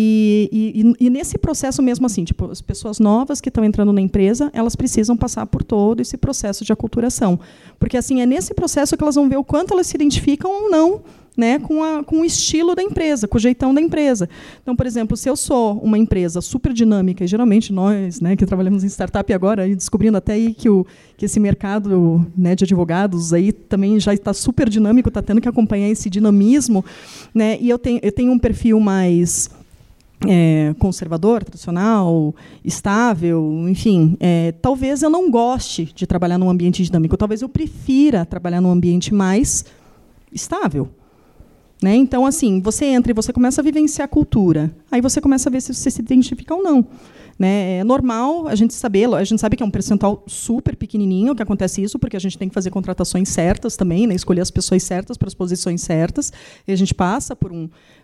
E nesse processo mesmo, assim, tipo, as pessoas novas que estão entrando na empresa, elas precisam passar por todo esse processo de aculturação. Porque, assim, é nesse processo que elas vão ver o quanto elas se identificam ou não, né, com o estilo da empresa, com o jeitão da empresa. Então, por exemplo, se eu sou uma empresa super dinâmica, e geralmente nós, né, que trabalhamos em startup agora, e descobrindo até aí que esse mercado, né, de advogados aí também já está super dinâmico, está tendo que acompanhar esse dinamismo, né, e eu tenho um perfil mais conservador, tradicional, estável, enfim, talvez eu não goste de trabalhar num ambiente dinâmico, talvez eu prefira trabalhar num ambiente mais estável. Né? Então, assim, você entra e você começa a vivenciar a cultura. Aí você começa a ver se você se identifica ou não. Né? É normal a gente saber, a gente sabe que é um percentual super pequenininho que acontece isso, porque a gente tem que fazer contratações certas também, né? Escolher as pessoas certas para as posições certas, e a gente passa por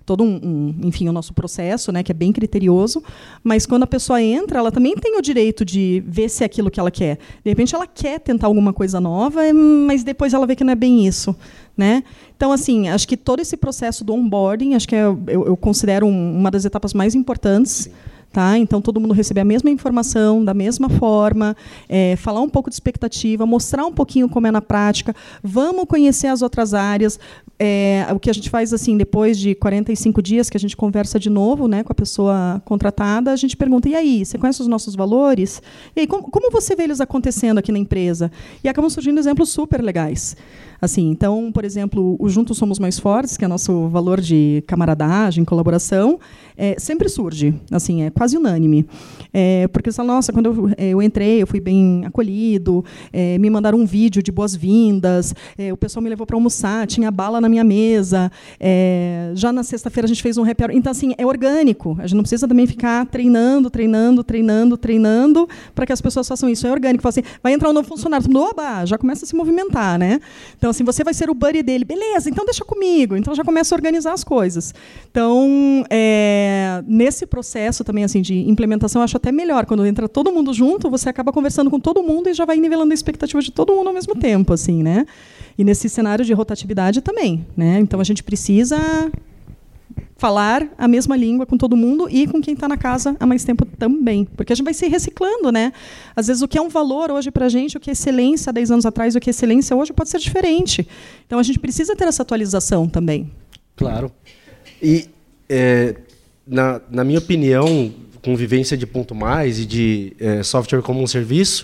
enfim, o nosso processo, né, que é bem criterioso, mas quando a pessoa entra, ela também tem o direito de ver se é aquilo que ela quer. De repente, ela quer tentar alguma coisa nova, mas depois ela vê que não é bem isso. Né? Então, assim, acho que todo esse processo do onboarding, acho que eu considero uma das etapas mais importantes. Sim. Tá? Então, todo mundo receber a mesma informação, da mesma forma, falar um pouco de expectativa, mostrar um pouquinho como é na prática, vamos conhecer as outras áreas. O que a gente faz, assim, depois de 45 dias, que a gente conversa de novo, né, com a pessoa contratada, a gente pergunta, e aí, você conhece os nossos valores? E aí, como você vê eles acontecendo aqui na empresa? E acabam surgindo exemplos super legais. Assim, então, por exemplo, o Juntos Somos Mais Fortes, que é nosso valor de camaradagem, colaboração, sempre surge, assim, é quase unânime. Porque você fala, nossa, quando eu entrei, eu fui bem acolhido, me mandaram um vídeo de boas-vindas, o pessoal me levou para almoçar, tinha bala na minha mesa, já na sexta-feira a gente fez um happy hour. Então, assim, é orgânico, a gente não precisa também ficar treinando para que as pessoas façam isso, é orgânico. Fala assim, vai entrar um novo funcionário, todo mundo, oba, já começa a se movimentar, né? Então, assim, você vai ser o buddy dele. Beleza, então deixa comigo. Então, já começa a organizar as coisas. Então, nesse processo também assim, de implementação, eu acho até melhor. Quando entra todo mundo junto, você acaba conversando com todo mundo e já vai nivelando a expectativa de todo mundo ao mesmo tempo. Assim, né? E nesse cenário de rotatividade também. Né? Então, a gente precisa falar a mesma língua com todo mundo e com quem está na casa há mais tempo também. Porque a gente vai se reciclando, né? Às vezes o que é um valor hoje para a gente, o que é excelência há 10 anos atrás, o que é excelência hoje pode ser diferente. Então a gente precisa ter essa atualização também. Claro. E, na minha opinião, com vivência de Ponto Mais e de software como um serviço,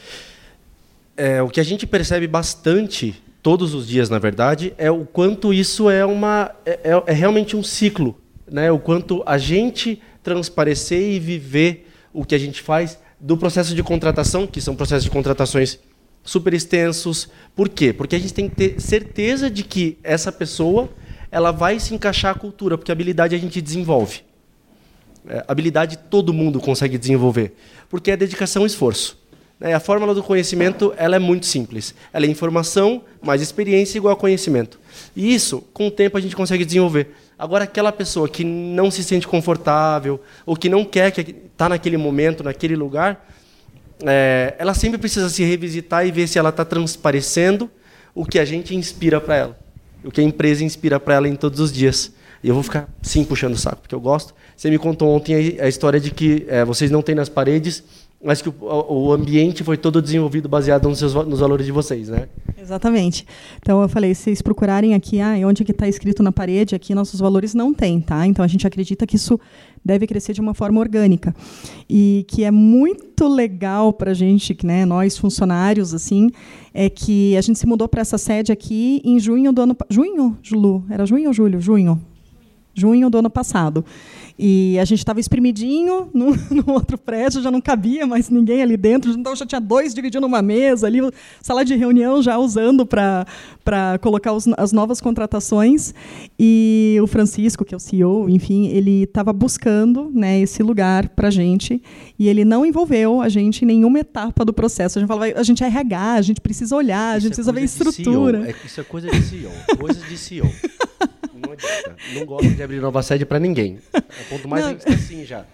o que a gente percebe bastante todos os dias, na verdade, é o quanto isso é realmente um ciclo, né? O quanto a gente transparecer e viver o que a gente faz do processo de contratação, que são processos de contratações super extensos. Por quê? Porque a gente tem que ter certeza de que essa pessoa ela vai se encaixar à cultura, porque a habilidade a gente desenvolve. Habilidade todo mundo consegue desenvolver, porque é dedicação e esforço. A fórmula do conhecimento ela é muito simples. Ela é informação mais experiência igual a conhecimento. E isso, com o tempo, a gente consegue desenvolver. Agora, aquela pessoa que não se sente confortável ou que não quer estar naquele momento, naquele lugar, ela sempre precisa se revisitar e ver se ela está transparecendo o que a gente inspira para ela, o que a empresa inspira para ela em todos os dias. E eu vou ficar, sim, puxando o saco, porque eu gosto. Você me contou ontem a história de que vocês não têm nas paredes, mas que o ambiente foi todo desenvolvido baseado nos valores de vocês, né? Exatamente. Então, eu falei, se vocês procurarem aqui, onde que está escrito na parede, aqui nossos valores não tem, tá? Então, a gente acredita que isso deve crescer de uma forma orgânica. E que é muito legal para a gente, né, nós funcionários, assim, é que a gente se mudou para essa sede aqui em junho do ano... Junho, Lu? Era junho ou julho? Junho do ano passado. E a gente estava espremidinho no outro prédio, já não cabia mais ninguém ali dentro, então já tinha 2 dividindo uma mesa ali, sala de reunião já usando para colocar as novas contratações. E o Francisco, que é o CEO, enfim, ele estava buscando, né, esse lugar para a gente, e ele não envolveu a gente em nenhuma etapa do processo. A gente falava, a gente é RH, a gente precisa olhar, a gente precisa ver a estrutura. Isso é coisa de CEO, coisas de CEO. Não adianta. Não gosto de abrir nova sede para ninguém. O Ponto Mais é assim já.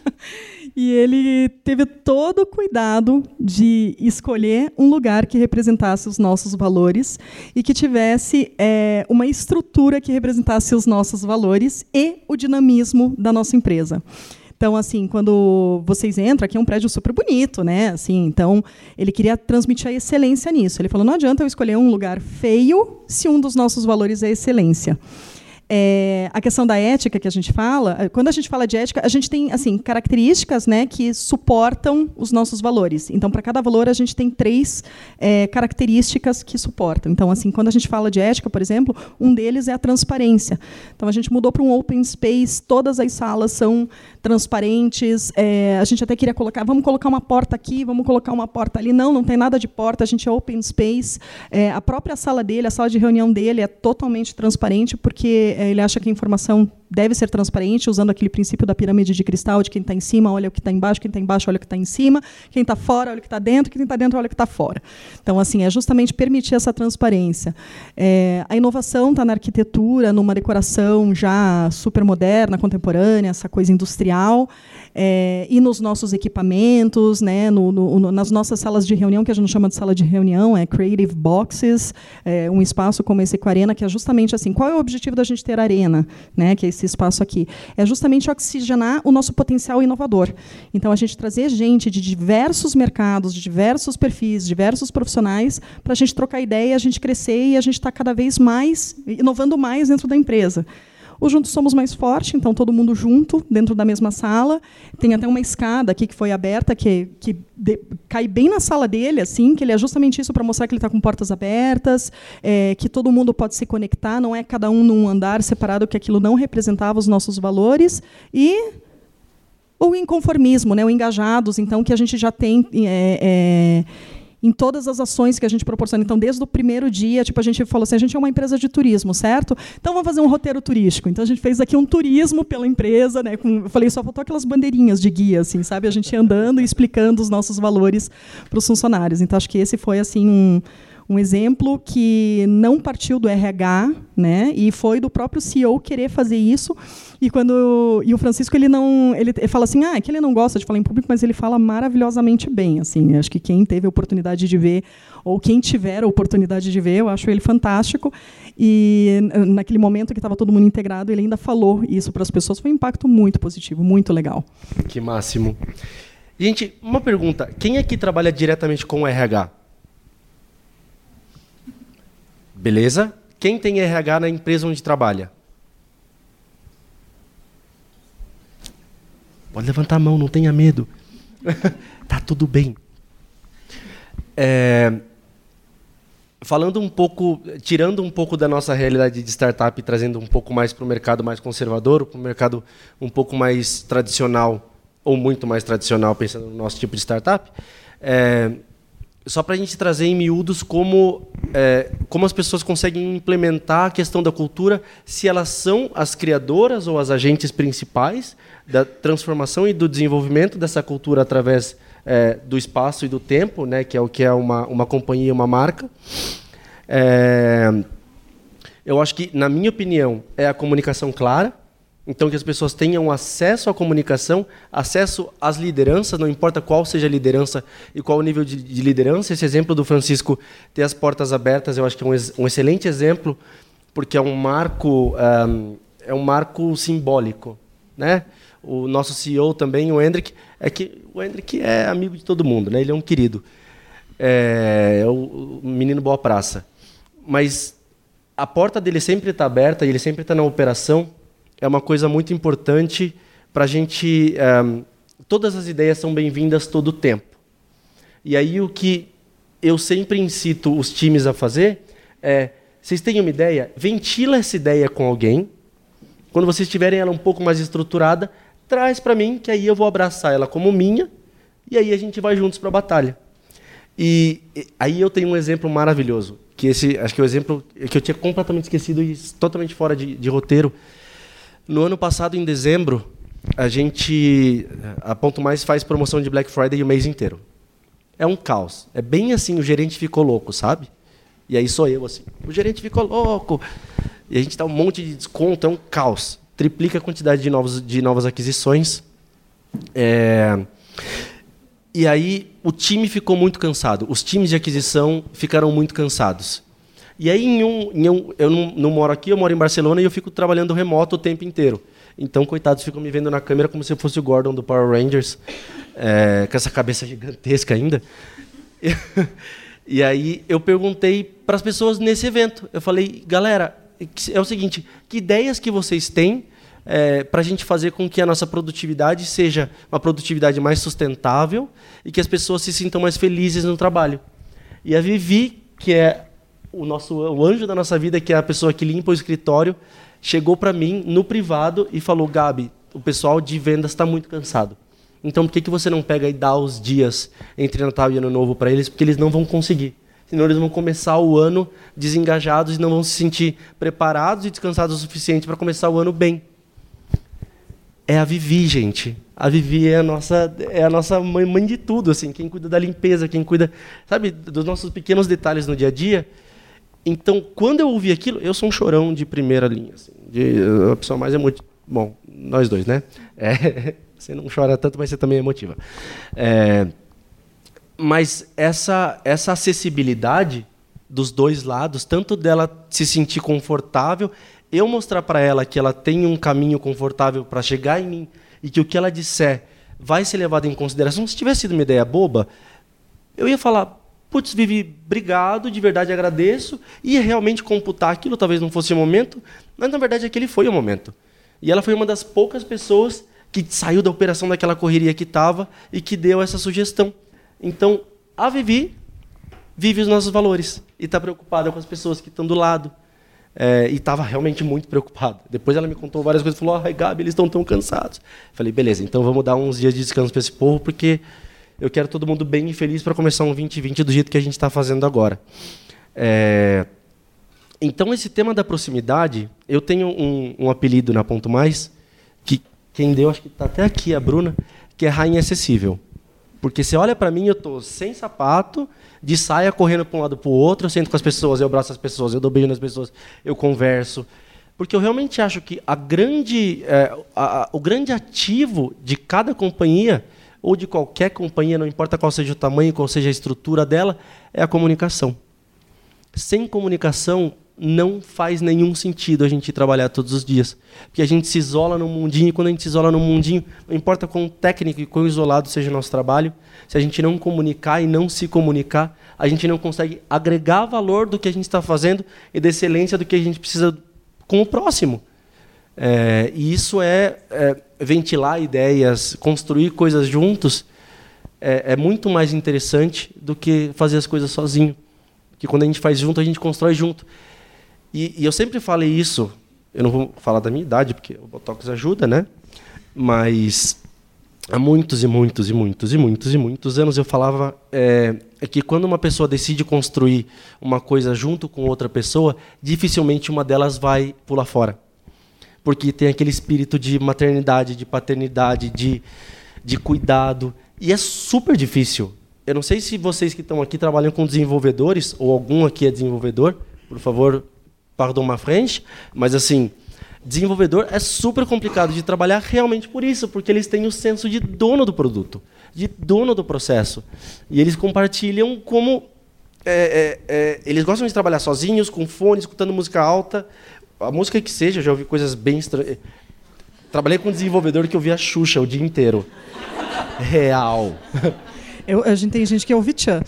E ele teve todo o cuidado de escolher um lugar que representasse os nossos valores e que tivesse uma estrutura que representasse os nossos valores e o dinamismo da nossa empresa. Então, assim, quando vocês entram, aqui é um prédio super bonito, né? Assim, então, ele queria transmitir a excelência nisso. Ele falou, não adianta eu escolher um lugar feio se um dos nossos valores é excelência. A questão da ética que a gente fala, quando a gente fala de ética, a gente tem assim, características, né, que suportam os nossos valores. Então, para cada valor, a gente tem 3 características que suportam. Então, assim, quando a gente fala de ética, por exemplo, um deles é a transparência. Então, a gente mudou para um open space, todas as salas são transparentes. A gente até queria colocar, vamos colocar uma porta aqui, vamos colocar uma porta ali. Não tem nada de porta, a gente é open space. A própria sala dele, a sala de reunião dele é totalmente transparente, porque ele acha que a informação deve ser transparente, usando aquele princípio da pirâmide de cristal, de quem está em cima olha o que está embaixo, quem está embaixo olha o que está em cima, quem está fora olha o que está dentro, quem está dentro olha o que está fora. Então, assim, é justamente permitir essa transparência. A inovação está na arquitetura, numa decoração já super moderna, contemporânea, essa coisa industrial, e nos nossos equipamentos, né, nas nossas salas de reunião, que a gente não chama de sala de reunião, Creative Boxes, um espaço como esse Ecoarena, que é justamente assim, qual é o objetivo da gente ter a arena, né, que é esse espaço aqui? É justamente oxigenar o nosso potencial inovador. Então, a gente trazer gente de diversos mercados, de diversos perfis, diversos profissionais, para a gente trocar ideia, a gente crescer e a gente está cada vez mais, inovando mais dentro da empresa. O Juntos Somos Mais Forte, então todo mundo junto, dentro da mesma sala. Tem até uma escada aqui que foi aberta, que cai bem na sala dele, assim, que ele é justamente isso para mostrar que ele está com portas abertas, que todo mundo pode se conectar, não é cada um num andar separado, que aquilo não representava os nossos valores. E o inconformismo, né, o engajados, então, que a gente já tem em todas as ações que a gente proporciona. Então, desde o primeiro dia, a gente falou assim, a gente é uma empresa de turismo, certo? Então, vamos fazer um roteiro turístico. Então, a gente fez aqui um turismo pela empresa, né? Eu falei, só faltou aquelas bandeirinhas de guia, assim, sabe? A gente ia andando e explicando os nossos valores para os funcionários. Então, acho que esse foi assim um exemplo que não partiu do RH, né? E foi do próprio CEO querer fazer isso. E o Francisco, ele fala assim, é que ele não gosta de falar em público, mas ele fala maravilhosamente bem, assim. Acho que quem teve a oportunidade de ver, ou quem tiver a oportunidade de ver, eu acho ele fantástico. E naquele momento que estava todo mundo integrado, ele ainda falou isso para as pessoas. Foi um impacto muito positivo, muito legal. Que máximo. Gente, uma pergunta. Quem aqui trabalha diretamente com o RH? Beleza? Quem tem RH na empresa onde trabalha? Pode levantar a mão, não tenha medo. Tá tudo bem. Falando um pouco, tirando um pouco da nossa realidade de startup e trazendo um pouco mais para o mercado mais conservador, para o mercado um pouco mais tradicional, ou muito mais tradicional, pensando no nosso tipo de startup, só para a gente trazer em miúdos como as pessoas conseguem implementar a questão da cultura, se elas são as criadoras ou as agentes principais da transformação e do desenvolvimento dessa cultura através do espaço e do tempo, né, que é o que é uma companhia, uma marca. Eu acho que, na minha opinião, é a comunicação clara. Então, que as pessoas tenham acesso à comunicação, acesso às lideranças, não importa qual seja a liderança e qual o nível de liderança. Esse exemplo do Francisco ter as portas abertas, eu acho que é um excelente exemplo, porque é um marco simbólico, né? O nosso CEO também, o Hendrik, é amigo de todo mundo, né? Ele é um querido, é o menino boa praça. Mas a porta dele sempre está aberta e ele sempre está na operação. É uma coisa muito importante para a gente... todas as ideias são bem-vindas todo o tempo. E aí o que eu sempre incito os times a fazer é, vocês têm uma ideia? Ventila essa ideia com alguém. Quando vocês tiverem ela um pouco mais estruturada, traz para mim, que aí eu vou abraçar ela como minha, e aí a gente vai juntos para a batalha. E aí eu tenho um exemplo maravilhoso, que acho que é o exemplo que eu tinha completamente esquecido e totalmente fora de roteiro. No ano passado, em dezembro, a Ponto Mais faz promoção de Black Friday o mês inteiro. É um caos. É bem assim, o gerente ficou louco, sabe? E aí sou eu, assim. O gerente ficou louco. E a gente dá um monte de desconto, é um caos. Triplica a quantidade de novas aquisições. E aí o time ficou muito cansado. Os times de aquisição ficaram muito cansados. E aí eu não moro aqui, eu moro em Barcelona e eu fico trabalhando remoto o tempo inteiro. Então, coitados, ficam me vendo na câmera como se eu fosse o Gordon do Power Rangers, com essa cabeça gigantesca ainda. E aí eu perguntei para as pessoas nesse evento. Eu falei, galera, é o seguinte, que ideias que vocês têm para a gente fazer com que a nossa produtividade seja uma produtividade mais sustentável e que as pessoas se sintam mais felizes no trabalho. E a Vivi, que é o anjo da nossa vida, que é a pessoa que limpa o escritório, chegou para mim no privado e falou, Gabi, o pessoal de vendas está muito cansado. Então, por que você não pega e dá os dias entre Natal e Ano Novo para eles? Porque eles não vão conseguir. Senão eles vão começar o ano desengajados e não vão se sentir preparados e descansados o suficiente para começar o ano bem. É a Vivi, gente. A Vivi é a nossa mãe de tudo, assim, quem cuida da limpeza, quem cuida, sabe, dos nossos pequenos detalhes no dia a dia. Então, quando eu ouvi aquilo, eu sou um chorão de primeira linha, assim, a pessoa mais emotiva. Bom, nós dois, né? Você não chora tanto, mas você também é emotiva. Mas essa acessibilidade dos dois lados, tanto dela se sentir confortável, eu mostrar para ela que ela tem um caminho confortável para chegar em mim e que o que ela disser vai ser levado em consideração. Se tivesse sido uma ideia boba, eu ia falar, putz, Vivi, obrigado, de verdade agradeço, ia realmente computar aquilo, talvez não fosse o momento, mas na verdade aquele foi o momento. E ela foi uma das poucas pessoas que saiu da operação daquela correria que estava e que deu essa sugestão. Então, a Vivi vive os nossos valores e está preocupada com as pessoas que estão do lado. E estava realmente muito preocupada. Depois ela me contou várias coisas, falou, ai, Gabi, eles estão tão cansados. Falei, beleza, então vamos dar uns dias de descanso para esse povo, porque eu quero todo mundo bem e feliz para começar um 2020 do jeito que a gente está fazendo agora. Então, esse tema da proximidade, eu tenho um apelido na Ponto Mais, que quem deu, acho que está até aqui, a Bruna, que é Rainha Acessível. Porque você olha para mim, eu estou sem sapato, de saia, correndo para um lado para o outro, eu sento com as pessoas, eu abraço as pessoas, eu dou beijo nas pessoas, eu converso. Porque eu realmente acho que o grande ativo de cada companhia, ou de qualquer companhia, não importa qual seja o tamanho, qual seja a estrutura dela, é a comunicação. Sem comunicação, não faz nenhum sentido a gente trabalhar todos os dias. Porque a gente se isola num mundinho, e quando a gente se isola num mundinho, não importa quão técnico e quão isolado seja o nosso trabalho, se a gente não comunicar e não se comunicar, a gente não consegue agregar valor do que a gente está fazendo e da excelência do que a gente precisa com o próximo. E isso ventilar ideias, construir coisas juntos, é muito mais interessante do que fazer as coisas sozinho. Porque quando a gente faz junto, a gente constrói junto. E eu sempre falei isso, eu não vou falar da minha idade, porque o Botox ajuda, né? Mas há muitos e muitos e muitos e muitos e muitos anos eu falava que quando uma pessoa decide construir uma coisa junto com outra pessoa, dificilmente uma delas vai pular fora. Porque tem aquele espírito de maternidade, de paternidade, de cuidado. E é super difícil. Eu não sei se vocês que estão aqui trabalham com desenvolvedores, ou algum aqui é desenvolvedor, por favor, pardon ma French, mas assim, desenvolvedor é super complicado de trabalhar realmente por isso, porque eles têm o senso de dono do produto, de dono do processo. E eles compartilham como... eles gostam de trabalhar sozinhos, com fone, escutando música alta, a música que seja, já ouvi coisas bem estranhas. Trabalhei com um desenvolvedor que ouvia a Xuxa o dia inteiro. Real. Tem gente que ouve Tchan.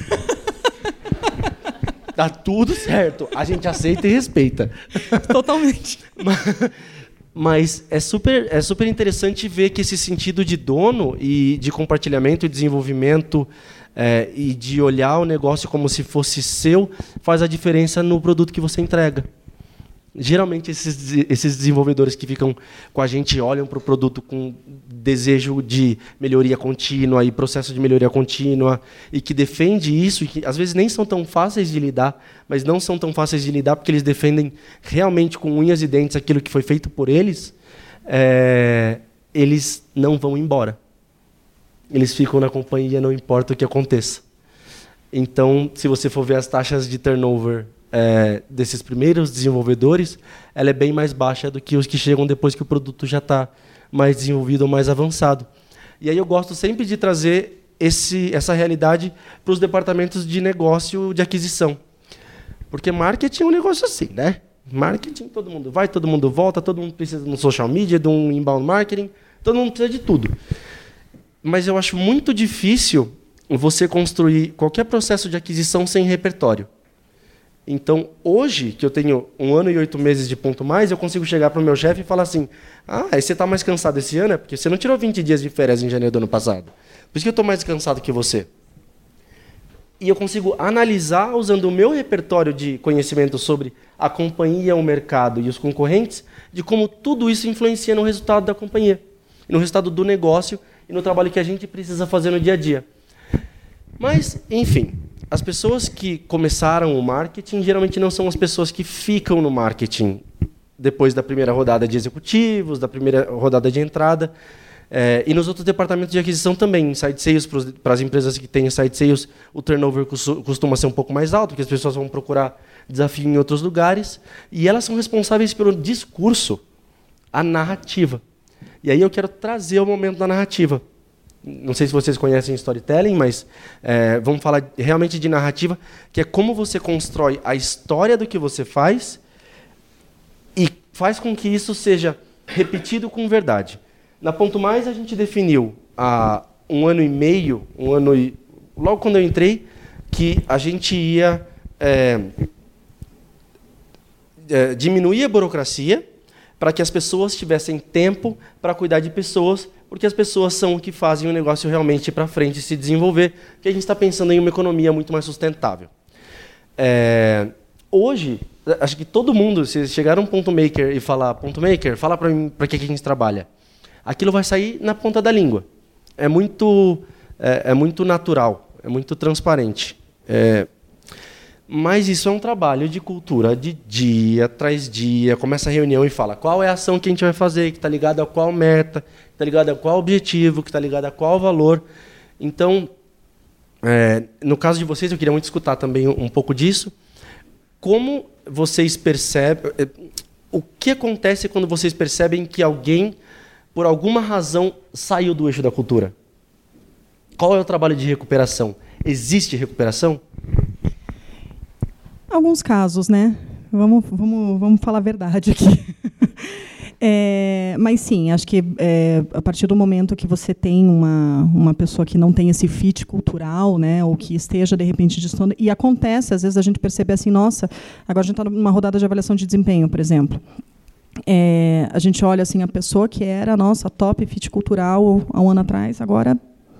Tá tudo certo. A gente aceita e respeita. Totalmente. Mas é super interessante ver que esse sentido de dono e de compartilhamento e desenvolvimento e de olhar o negócio como se fosse seu faz a diferença no produto que você entrega. Geralmente, esses desenvolvedores que ficam com a gente olham para o produto com desejo de melhoria contínua e processo de melhoria contínua e que defende isso, e que às vezes nem são tão fáceis de lidar, mas não são tão fáceis de lidar porque eles defendem realmente com unhas e dentes aquilo que foi feito por eles, eles não vão embora. Eles ficam na companhia, não importa o que aconteça. Então, se você for ver as taxas de turnover desses primeiros desenvolvedores, ela é bem mais baixa do que os que chegam depois que o produto já está mais desenvolvido ou mais avançado. E aí eu gosto sempre de trazer essa realidade para os departamentos de negócio de aquisição. Porque marketing é um negócio assim, né? Marketing, todo mundo vai, todo mundo volta, todo mundo precisa de um social media, de um inbound marketing, todo mundo precisa de tudo. Mas eu acho muito difícil você construir qualquer processo de aquisição sem repertório. Então, hoje, que eu tenho 1 ano e 8 meses de Ponto Mais, eu consigo chegar para o meu chefe e falar assim, você está mais cansado esse ano? É porque você não tirou 20 dias de férias em janeiro do ano passado. Por isso que eu estou mais cansado que você. E eu consigo analisar, usando o meu repertório de conhecimento sobre a companhia, o mercado e os concorrentes, de como tudo isso influencia no resultado da companhia, no resultado do negócio e no trabalho que a gente precisa fazer no dia a dia. Mas, enfim, as pessoas que começaram o marketing geralmente não são as pessoas que ficam no marketing depois da primeira rodada de executivos, da primeira rodada de entrada. E nos outros departamentos de aquisição também, inside sales, para as empresas que têm inside sales, o turnover costuma ser um pouco mais alto, porque as pessoas vão procurar desafio em outros lugares, e elas são responsáveis pelo discurso, a narrativa. E aí eu quero trazer o momento da narrativa. Não sei se vocês conhecem storytelling, mas vamos falar realmente de narrativa, que é como você constrói a história do que você faz e faz com que isso seja repetido com verdade. Na Ponto Mais, a gente definiu há 1 ano e meio, logo quando eu entrei, que a gente ia diminuir a burocracia para que as pessoas tivessem tempo para cuidar de pessoas, porque as pessoas são o que fazem o negócio realmente ir para frente e se desenvolver, porque a gente está pensando em uma economia muito mais sustentável. Hoje, acho que todo mundo, se chegar um Ponto Maker e falar, Ponto Maker, fala para mim para que a gente trabalha. Aquilo vai sair na ponta da língua. É muito natural, é muito transparente. Mas isso é um trabalho de cultura, de dia tras dia. Começa a reunião e fala qual é a ação que a gente vai fazer, que está ligada a qual meta, que está ligada a qual objetivo, que está ligada a qual valor. Então, no caso de vocês, eu queria muito escutar também um pouco disso. Como vocês percebem... O que acontece quando vocês percebem que alguém, por alguma razão, saiu do eixo da cultura? Qual é o trabalho de recuperação? Existe recuperação? Alguns casos, né? Vamos falar a verdade aqui. Mas sim, acho que a partir do momento que você tem uma pessoa que não tem esse fit cultural, né, ou que esteja de repente distante, e acontece, às vezes a gente percebe assim, nossa, agora a gente está numa rodada de avaliação de desempenho, por exemplo. A gente olha assim, a pessoa que era nossa top fit cultural há 1 ano atrás, agora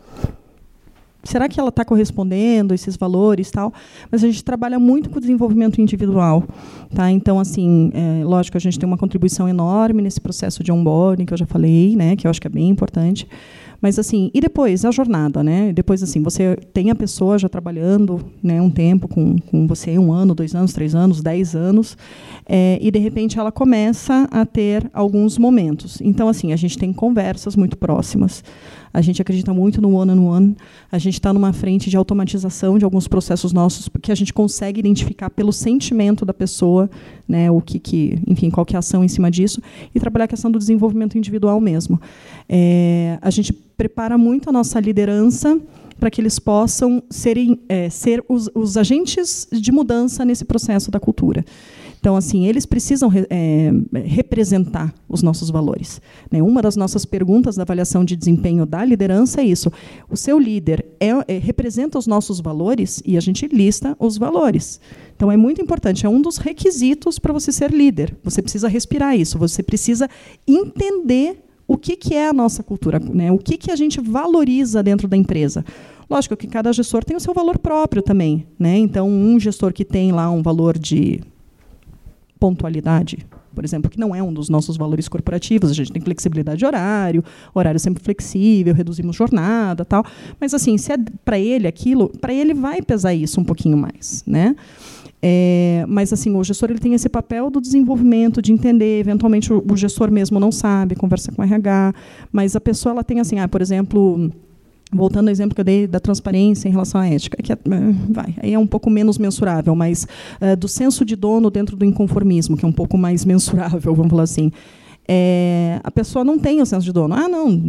será que ela está correspondendo a esses valores, tal? Mas a gente trabalha muito com o desenvolvimento individual, tá? Então, assim, lógico, a gente tem uma contribuição enorme nesse processo de onboarding que eu já falei, né? Que eu acho que é bem importante. Mas, assim, e depois a jornada, né? Depois, assim, você tem a pessoa já trabalhando, né, um tempo com você, 1 ano, 2 anos, 3 anos, 10 anos, e de repente ela começa a ter alguns momentos. Então, assim, a gente tem conversas muito próximas. A gente acredita muito no one-on-one. A gente está numa frente de automatização de alguns processos nossos, porque a gente consegue identificar pelo sentimento da pessoa, né, enfim, qual que é a ação em cima disso, e trabalhar a questão do desenvolvimento individual mesmo. A gente prepara muito a nossa liderança para que eles possam ser os agentes de mudança nesse processo da cultura. Então, assim, eles precisam representar os nossos valores, né? Uma das nossas perguntas da avaliação de desempenho da liderança é isso. O seu líder representa os nossos valores? E a gente lista os valores. Então, é muito importante. É um dos requisitos para você ser líder. Você precisa respirar isso. Você precisa entender o que é a nossa cultura, né? O que a gente valoriza dentro da empresa. Lógico que cada gestor tem o seu valor próprio também, né? Então, um gestor que tem lá um valor de pontualidade, por exemplo, que não é um dos nossos valores corporativos, a gente tem flexibilidade de horário sempre flexível, reduzimos jornada, tal. Mas, assim, se é para ele aquilo, para ele vai pesar isso um pouquinho mais, né? Mas, assim, o gestor ele tem esse papel do desenvolvimento, de entender, eventualmente o gestor mesmo não sabe, conversa com o RH, mas a pessoa ela tem, assim, por exemplo, voltando ao exemplo que eu dei da transparência em relação à ética, que aí é um pouco menos mensurável, mas do senso de dono dentro do inconformismo, que é um pouco mais mensurável, vamos falar assim. a pessoa não tem o senso de dono.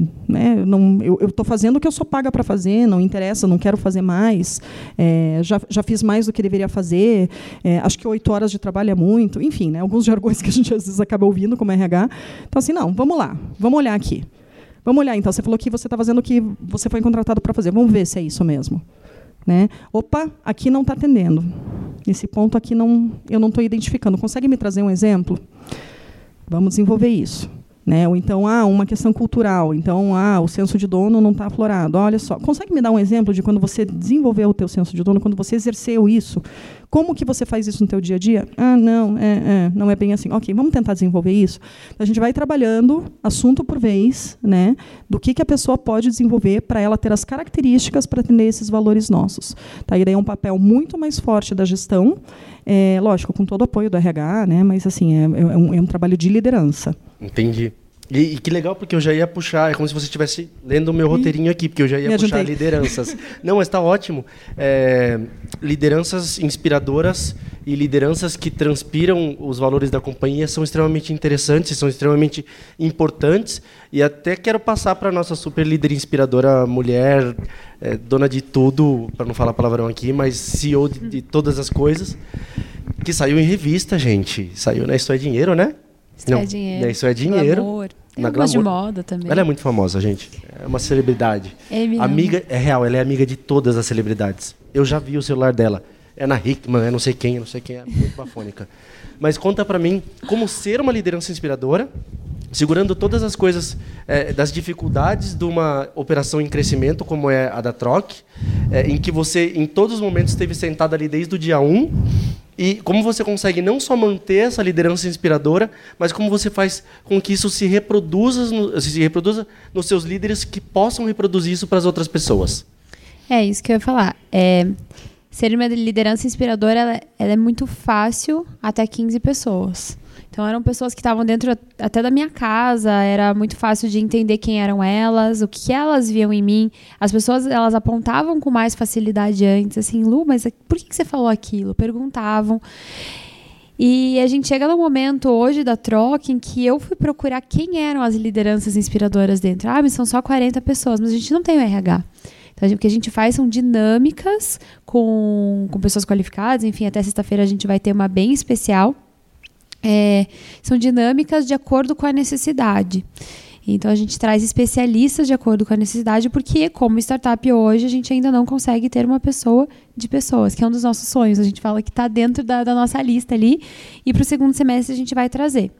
Eu estou fazendo o que eu sou paga para fazer, não interessa, não quero fazer mais, já fiz mais do que deveria fazer, acho que 8 horas de trabalho é muito, enfim, né, alguns jargões que a gente às vezes acaba ouvindo como RH. Então, assim, não, vamos lá, vamos olhar aqui. Vamos olhar, então, você falou que você está fazendo o que você foi contratado para fazer, vamos ver se é isso mesmo. Né? Opa, aqui não está atendendo. Esse ponto aqui eu não estou identificando. Consegue me trazer um exemplo? Vamos desenvolver isso. Né? Ou então, uma questão cultural. Então, o senso de dono não está aflorado. Olha só, consegue me dar um exemplo de quando você desenvolveu o teu senso de dono, quando você exerceu isso? Como que você faz isso no teu dia a dia? Não é bem assim. Ok, vamos tentar desenvolver isso. A gente vai trabalhando, assunto por vez, né, do que a pessoa pode desenvolver para ela ter as características para atender esses valores nossos. Tá? E daí é um papel muito mais forte da gestão, lógico, com todo o apoio do RH, né, mas assim, é um trabalho de liderança. Entendi. E que legal, porque eu já ia puxar, é como se você estivesse lendo o meu roteirinho aqui, porque eu já ia puxar lideranças. Não, mas está ótimo. Lideranças inspiradoras e lideranças que transpiram os valores da companhia são extremamente interessantes, são extremamente importantes. E até quero passar para a nossa super líder inspiradora, mulher, dona de tudo, para não falar palavrão aqui, mas CEO de todas as coisas, que saiu em revista, gente. Saiu na Isso é Dinheiro, né? Isso é dinheiro. Isso é dinheiro. Glamour. Tem algumas de moda também. Ela é muito famosa, gente. É uma celebridade. Amiga, real, ela é amiga de todas as celebridades. Eu já vi o celular dela. É Ana Hickman, é não sei quem, é muito bafônica. Mas conta pra mim como ser uma liderança inspiradora, segurando todas as coisas das dificuldades de uma operação em crescimento, como é a da Troc, em que você, em todos os momentos, esteve sentado ali desde o dia 1, e como você consegue não só manter essa liderança inspiradora, mas como você faz com que isso se reproduza nos seus líderes que possam reproduzir isso para as outras pessoas. É isso que eu ia falar. Ser uma liderança inspiradora, ela é muito fácil até 15 pessoas. Então, eram pessoas que estavam dentro até da minha casa, era muito fácil de entender quem eram elas, o que elas viam em mim. As pessoas, elas apontavam com mais facilidade antes, assim, Lu, mas por que você falou aquilo? Perguntavam. E a gente chega no momento hoje da Troc em que eu fui procurar quem eram as lideranças inspiradoras dentro. Mas são só 40 pessoas, mas a gente não tem o RH. Então, o que a gente faz são dinâmicas com pessoas qualificadas. Enfim, até sexta-feira a gente vai ter uma bem especial. São dinâmicas de acordo com a necessidade. Então, a gente traz especialistas de acordo com a necessidade, porque, como startup hoje, a gente ainda não consegue ter uma pessoa de pessoas, que é um dos nossos sonhos. A gente fala que está dentro da nossa lista ali, e para o segundo semestre a gente vai trazer.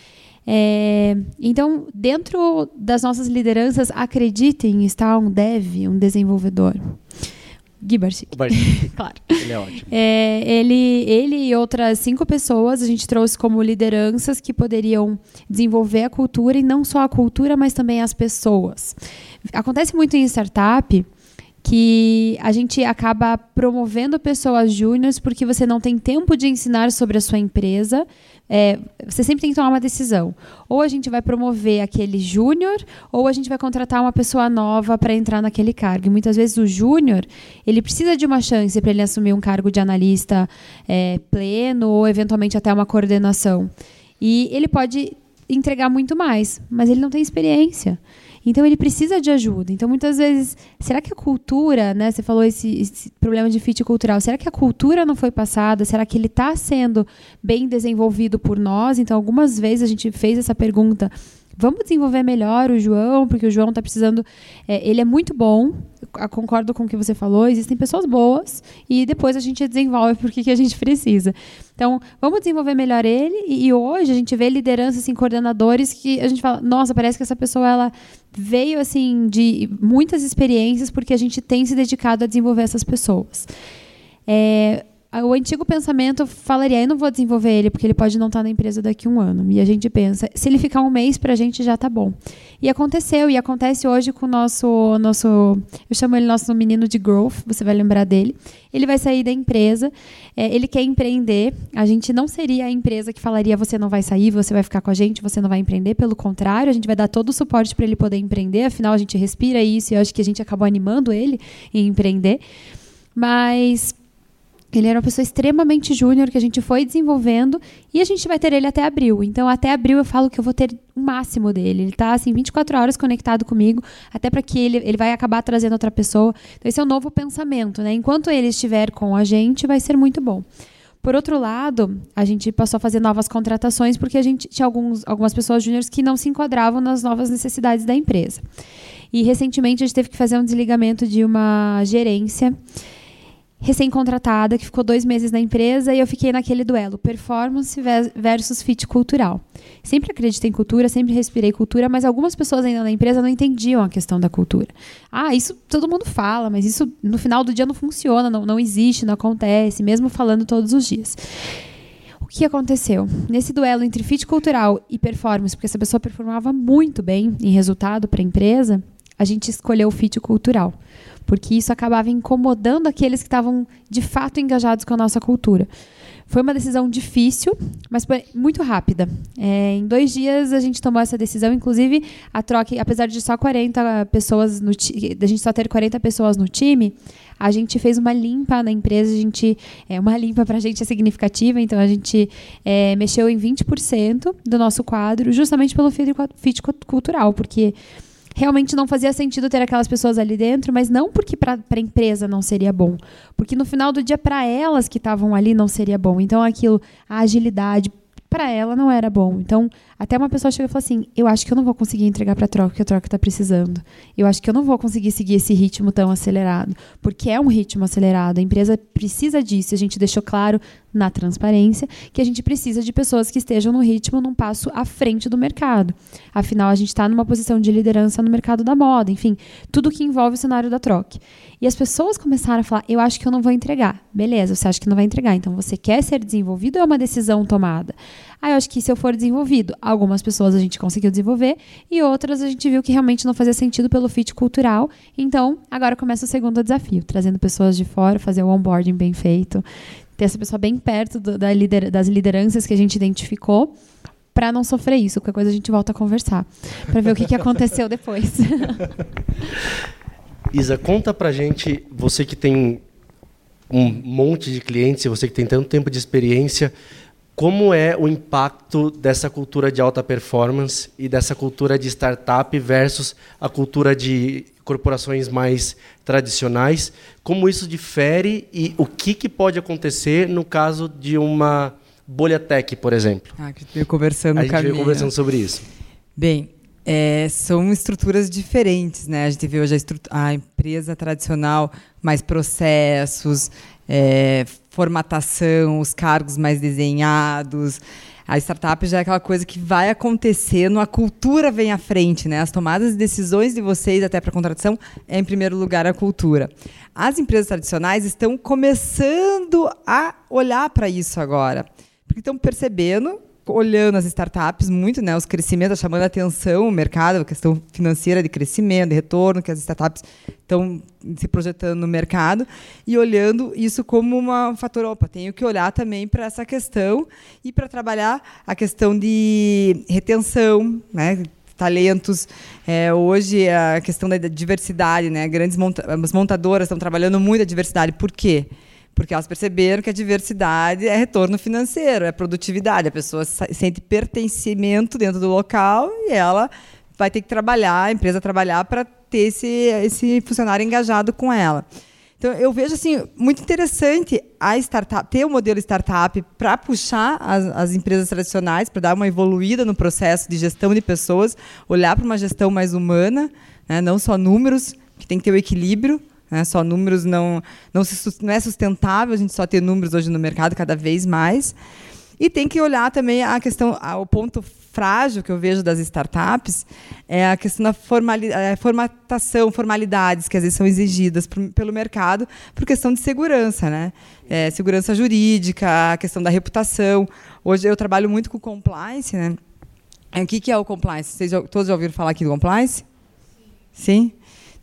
Então, dentro das nossas lideranças, acreditem, está um dev, um desenvolvedor. Gui Barczyk. Claro. Ele é ótimo. Ele e outras 5 pessoas a gente trouxe como lideranças que poderiam desenvolver a cultura, e não só a cultura, mas também as pessoas. Acontece muito em startup que a gente acaba promovendo pessoas júniores porque você não tem tempo de ensinar sobre a sua empresa. Você sempre tem que tomar uma decisão. Ou a gente vai promover aquele júnior, ou a gente vai contratar uma pessoa nova para entrar naquele cargo. E muitas vezes o júnior, ele precisa de uma chance para ele assumir um cargo de analista pleno, ou eventualmente até uma coordenação. E ele pode entregar muito mais, mas ele não tem experiência. Então, ele precisa de ajuda. Então, muitas vezes, será que a cultura, né? Você falou esse problema de fit cultural. Será que a cultura não foi passada? Será que ele está sendo bem desenvolvido por nós? Então, algumas vezes a gente fez essa pergunta. Vamos desenvolver melhor o João, porque o João está precisando... ele é muito bom, eu concordo com o que você falou, existem pessoas boas, e depois a gente desenvolve porque a gente precisa. Então, vamos desenvolver melhor ele, e hoje a gente vê lideranças, assim, coordenadores, que a gente fala, nossa, parece que essa pessoa ela veio assim, de muitas experiências, porque a gente tem se dedicado a desenvolver essas pessoas. O antigo pensamento falaria, eu não vou desenvolver ele porque ele pode não estar na empresa daqui a 1 ano. E a gente pensa, se ele ficar 1 mês, pra gente já tá bom. E aconteceu, e acontece hoje com o nosso eu chamo ele nosso menino de growth, você vai lembrar dele. Ele vai sair da empresa, ele quer empreender. A gente não seria a empresa que falaria, você não vai sair, você vai ficar com a gente, você não vai empreender. Pelo contrário, a gente vai dar todo o suporte para ele poder empreender. Afinal, a gente respira isso e eu acho que a gente acabou animando ele em empreender. Mas... Ele era uma pessoa extremamente júnior, que a gente foi desenvolvendo, e a gente vai ter ele até abril. Então, até abril eu falo que eu vou ter o máximo dele. Ele está assim, 24 horas conectado comigo, até para que ele vai acabar trazendo outra pessoa. Então, esse é um novo pensamento, né? Enquanto ele estiver com a gente, vai ser muito bom. Por outro lado, a gente passou a fazer novas contratações, porque a gente tinha algumas pessoas júniores que não se enquadravam nas novas necessidades da empresa. E, recentemente, a gente teve que fazer um desligamento de uma gerência recém-contratada, que ficou 2 meses na empresa, e eu fiquei naquele duelo, performance versus fit cultural. Sempre acreditei em cultura, sempre respirei cultura, mas algumas pessoas ainda na empresa não entendiam a questão da cultura. Isso todo mundo fala, mas isso no final do dia não funciona, não existe, não acontece, mesmo falando todos os dias. O que aconteceu? Nesse duelo entre fit cultural e performance, porque essa pessoa performava muito bem em resultado para a empresa, a gente escolheu o fit cultural, porque isso acabava incomodando aqueles que estavam, de fato, engajados com a nossa cultura. Foi uma decisão difícil, mas foi muito rápida. Em 2 dias a gente tomou essa decisão, inclusive a troca, apesar de só 40 pessoas da gente só ter 40 pessoas no time, a gente fez uma limpa na empresa, uma limpa para a gente é significativa, então a gente mexeu em 20% do nosso quadro, justamente pelo fit cultural, porque realmente não fazia sentido ter aquelas pessoas ali dentro, mas não porque para a empresa não seria bom, porque no final do dia para elas que estavam ali não seria bom. Então a agilidade para ela não era bom. Então até uma pessoa chegou e falou assim: eu acho que eu não vou conseguir entregar para a troca, que a troca está precisando. Eu acho que eu não vou conseguir seguir esse ritmo tão acelerado, porque é um ritmo acelerado. A empresa precisa disso. A gente deixou claro na transparência que a gente precisa de pessoas que estejam no ritmo, num passo à frente do mercado. Afinal, a gente está numa posição de liderança no mercado da moda, enfim, tudo que envolve o cenário da troca. E as pessoas começaram a falar: eu acho que eu não vou entregar. Beleza, você acha que não vai entregar, então você quer ser desenvolvido ou é uma decisão tomada? Eu acho que se eu for desenvolvido, algumas pessoas a gente conseguiu desenvolver e outras a gente viu que realmente não fazia sentido pelo fit cultural. Então, agora começa o segundo desafio, trazendo pessoas de fora, fazer o onboarding bem feito, ter essa pessoa bem perto das lideranças que a gente identificou, para não sofrer isso. Qualquer coisa a gente volta a conversar, para ver o que aconteceu depois. Isa, conta pra gente, você que tem um monte de clientes, você que tem tanto tempo de experiência, como é o impacto dessa cultura de alta performance e dessa cultura de startup versus a cultura de corporações mais tradicionais? Como isso difere e o que pode acontecer no caso de uma bolha tech, por exemplo? Que a gente veio conversando sobre isso. Bem, são estruturas diferentes, né? A gente vê hoje a empresa tradicional, mais processos, formatação, os cargos mais desenhados. A startup já é aquela coisa que vai acontecendo, a cultura vem à frente, né? As tomadas de decisões de vocês, até para a contratação, em primeiro lugar a cultura. As empresas tradicionais estão começando a olhar para isso agora, porque estão percebendo, olhando as startups muito, né, os crescimentos, chamando a atenção o mercado, a questão financeira de crescimento, de retorno, que as startups estão se projetando no mercado, e olhando isso como um fator, tenho que olhar também para essa questão e para trabalhar a questão de retenção, né, talentos. Hoje a questão da diversidade, né, as montadoras estão trabalhando muito a diversidade. Por quê? Porque elas perceberam que a diversidade é retorno financeiro, é produtividade. A pessoa sente pertencimento dentro do local e ela vai ter que trabalhar, a empresa trabalhar para ter esse funcionário engajado com ela. Então, eu vejo assim, muito interessante a startup, ter um modelo startup para puxar as empresas tradicionais, para dar uma evoluída no processo de gestão de pessoas, olhar para uma gestão mais humana, né, não só números, que tem que ter o equilíbrio. Só números não é sustentável a gente só ter números hoje no mercado cada vez mais. E tem que olhar também a questão, o ponto frágil que eu vejo das startups é a questão da formatação, formalidades que às vezes são exigidas pelo mercado por questão de segurança, né? Segurança jurídica, a questão da reputação. Hoje eu trabalho muito com compliance, né? O que é o compliance? Vocês todos já ouviram falar aqui do compliance? Sim?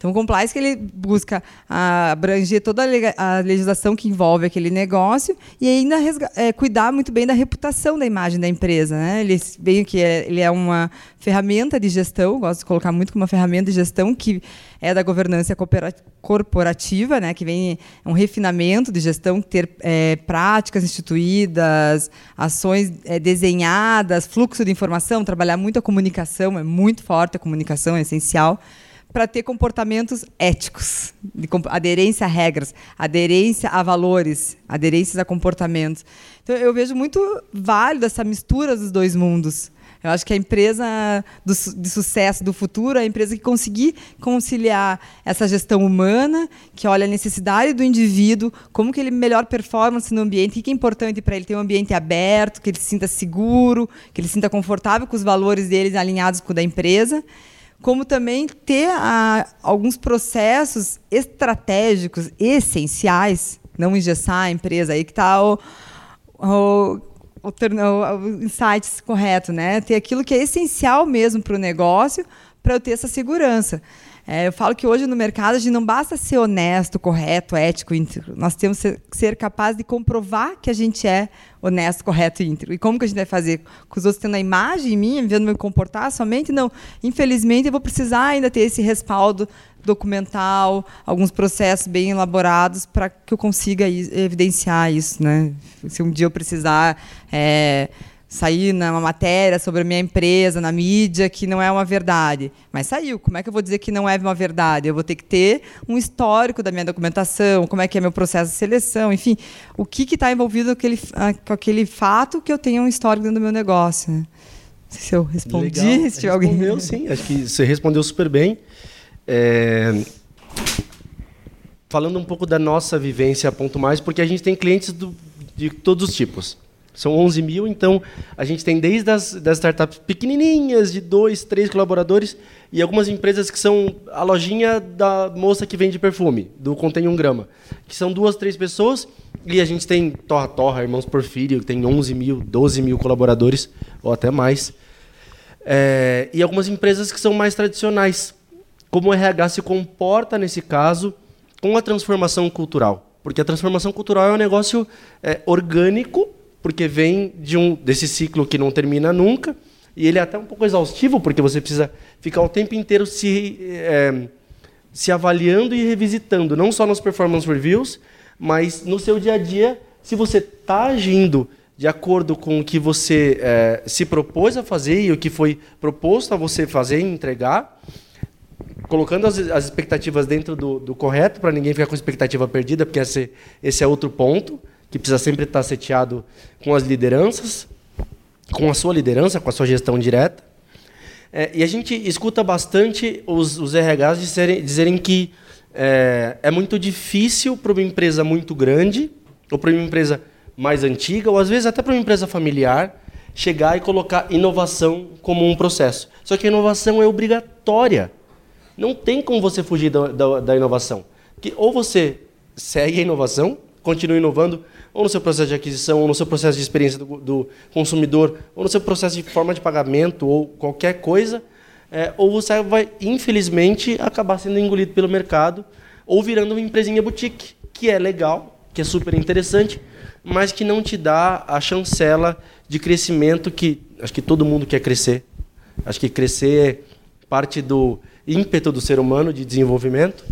Então, o compliance que ele busca abranger toda a legislação que envolve aquele negócio e ainda cuidar muito bem da reputação da imagem da empresa, né? Ele é uma ferramenta de gestão, gosto de colocar muito como uma ferramenta de gestão que é da governança corporativa, né? Que vem um refinamento de gestão, ter práticas instituídas, ações desenhadas, fluxo de informação, trabalhar muito a comunicação, é muito forte, a comunicação é essencial, para ter comportamentos éticos, de aderência a regras, aderência a valores, aderências a comportamentos. Então, eu vejo muito válido essa mistura dos dois mundos. Eu acho que a empresa de sucesso do futuro é a empresa que conseguir conciliar essa gestão humana, que olha a necessidade do indivíduo, como que ele melhor performance no ambiente, o que é importante para ele ter um ambiente aberto, que ele se sinta seguro, que ele se sinta confortável com os valores dele alinhados com o da empresa, como também ter alguns processos estratégicos essenciais, não engessar a empresa, aí que está o insight correto, né? Ter aquilo que é essencial mesmo para o negócio, para eu ter essa segurança. Eu falo que hoje no mercado a gente não basta ser honesto, correto, ético, íntegro. Nós temos que ser capazes de comprovar que a gente é honesto, correto e íntegro. E como que a gente vai fazer? Com os outros tendo a imagem em mim, vendo me comportar somente? Não. Infelizmente, eu vou precisar ainda ter esse respaldo documental, alguns processos bem elaborados para que eu consiga evidenciar isso, né? Se um dia eu precisar sair numa matéria sobre a minha empresa, na mídia, que não é uma verdade. Mas saiu. Como é que eu vou dizer que não é uma verdade? Eu vou ter que ter um histórico da minha documentação, como é que é meu processo de seleção, enfim, o que está envolvido com aquele fato que eu tenho um histórico dentro do meu negócio. Né? Não sei se eu respondi. Legal. Se alguém... Respondeu, sim. Acho que você respondeu super bem. Falando um pouco da nossa vivência Ponto Mais, porque a gente tem clientes de todos os tipos. São 11 mil, então a gente tem desde das startups pequenininhas, de 2, 3 colaboradores, e algumas empresas que são a lojinha da moça que vende perfume, do Contém 1 grama, que são 2, 3 pessoas, e a gente tem Torra, Irmãos Porfírio, que tem 11 mil, 12 mil colaboradores, ou até mais. E algumas empresas que são mais tradicionais. Como o RH se comporta, nesse caso, com a transformação cultural? Porque a transformação cultural é um negócio orgânico, porque vem desse ciclo que não termina nunca, e ele é até um pouco exaustivo, porque você precisa ficar o tempo inteiro se avaliando e revisitando, não só nos performance reviews, mas no seu dia a dia, se você está agindo de acordo com o que você se propôs a fazer e o que foi proposto a você fazer e entregar, colocando as expectativas dentro do correto, para ninguém ficar com expectativa perdida, porque esse é outro ponto, que precisa sempre estar seteado com as lideranças, com a sua liderança, com a sua gestão direta. E a gente escuta bastante os RHs dizerem que é muito difícil para uma empresa muito grande, ou para uma empresa mais antiga, ou às vezes até para uma empresa familiar, chegar e colocar inovação como um processo. Só que a inovação é obrigatória. Não tem como você fugir da inovação. Ou você segue a inovação, continua inovando, ou no seu processo de aquisição, ou no seu processo de experiência do consumidor, ou no seu processo de forma de pagamento, ou qualquer coisa, ou você vai, infelizmente, acabar sendo engolido pelo mercado, ou virando uma empresinha boutique, que é legal, que é super interessante, mas que não te dá a chancela de crescimento que acho que todo mundo quer crescer. Acho que crescer é parte do ímpeto do ser humano de desenvolvimento,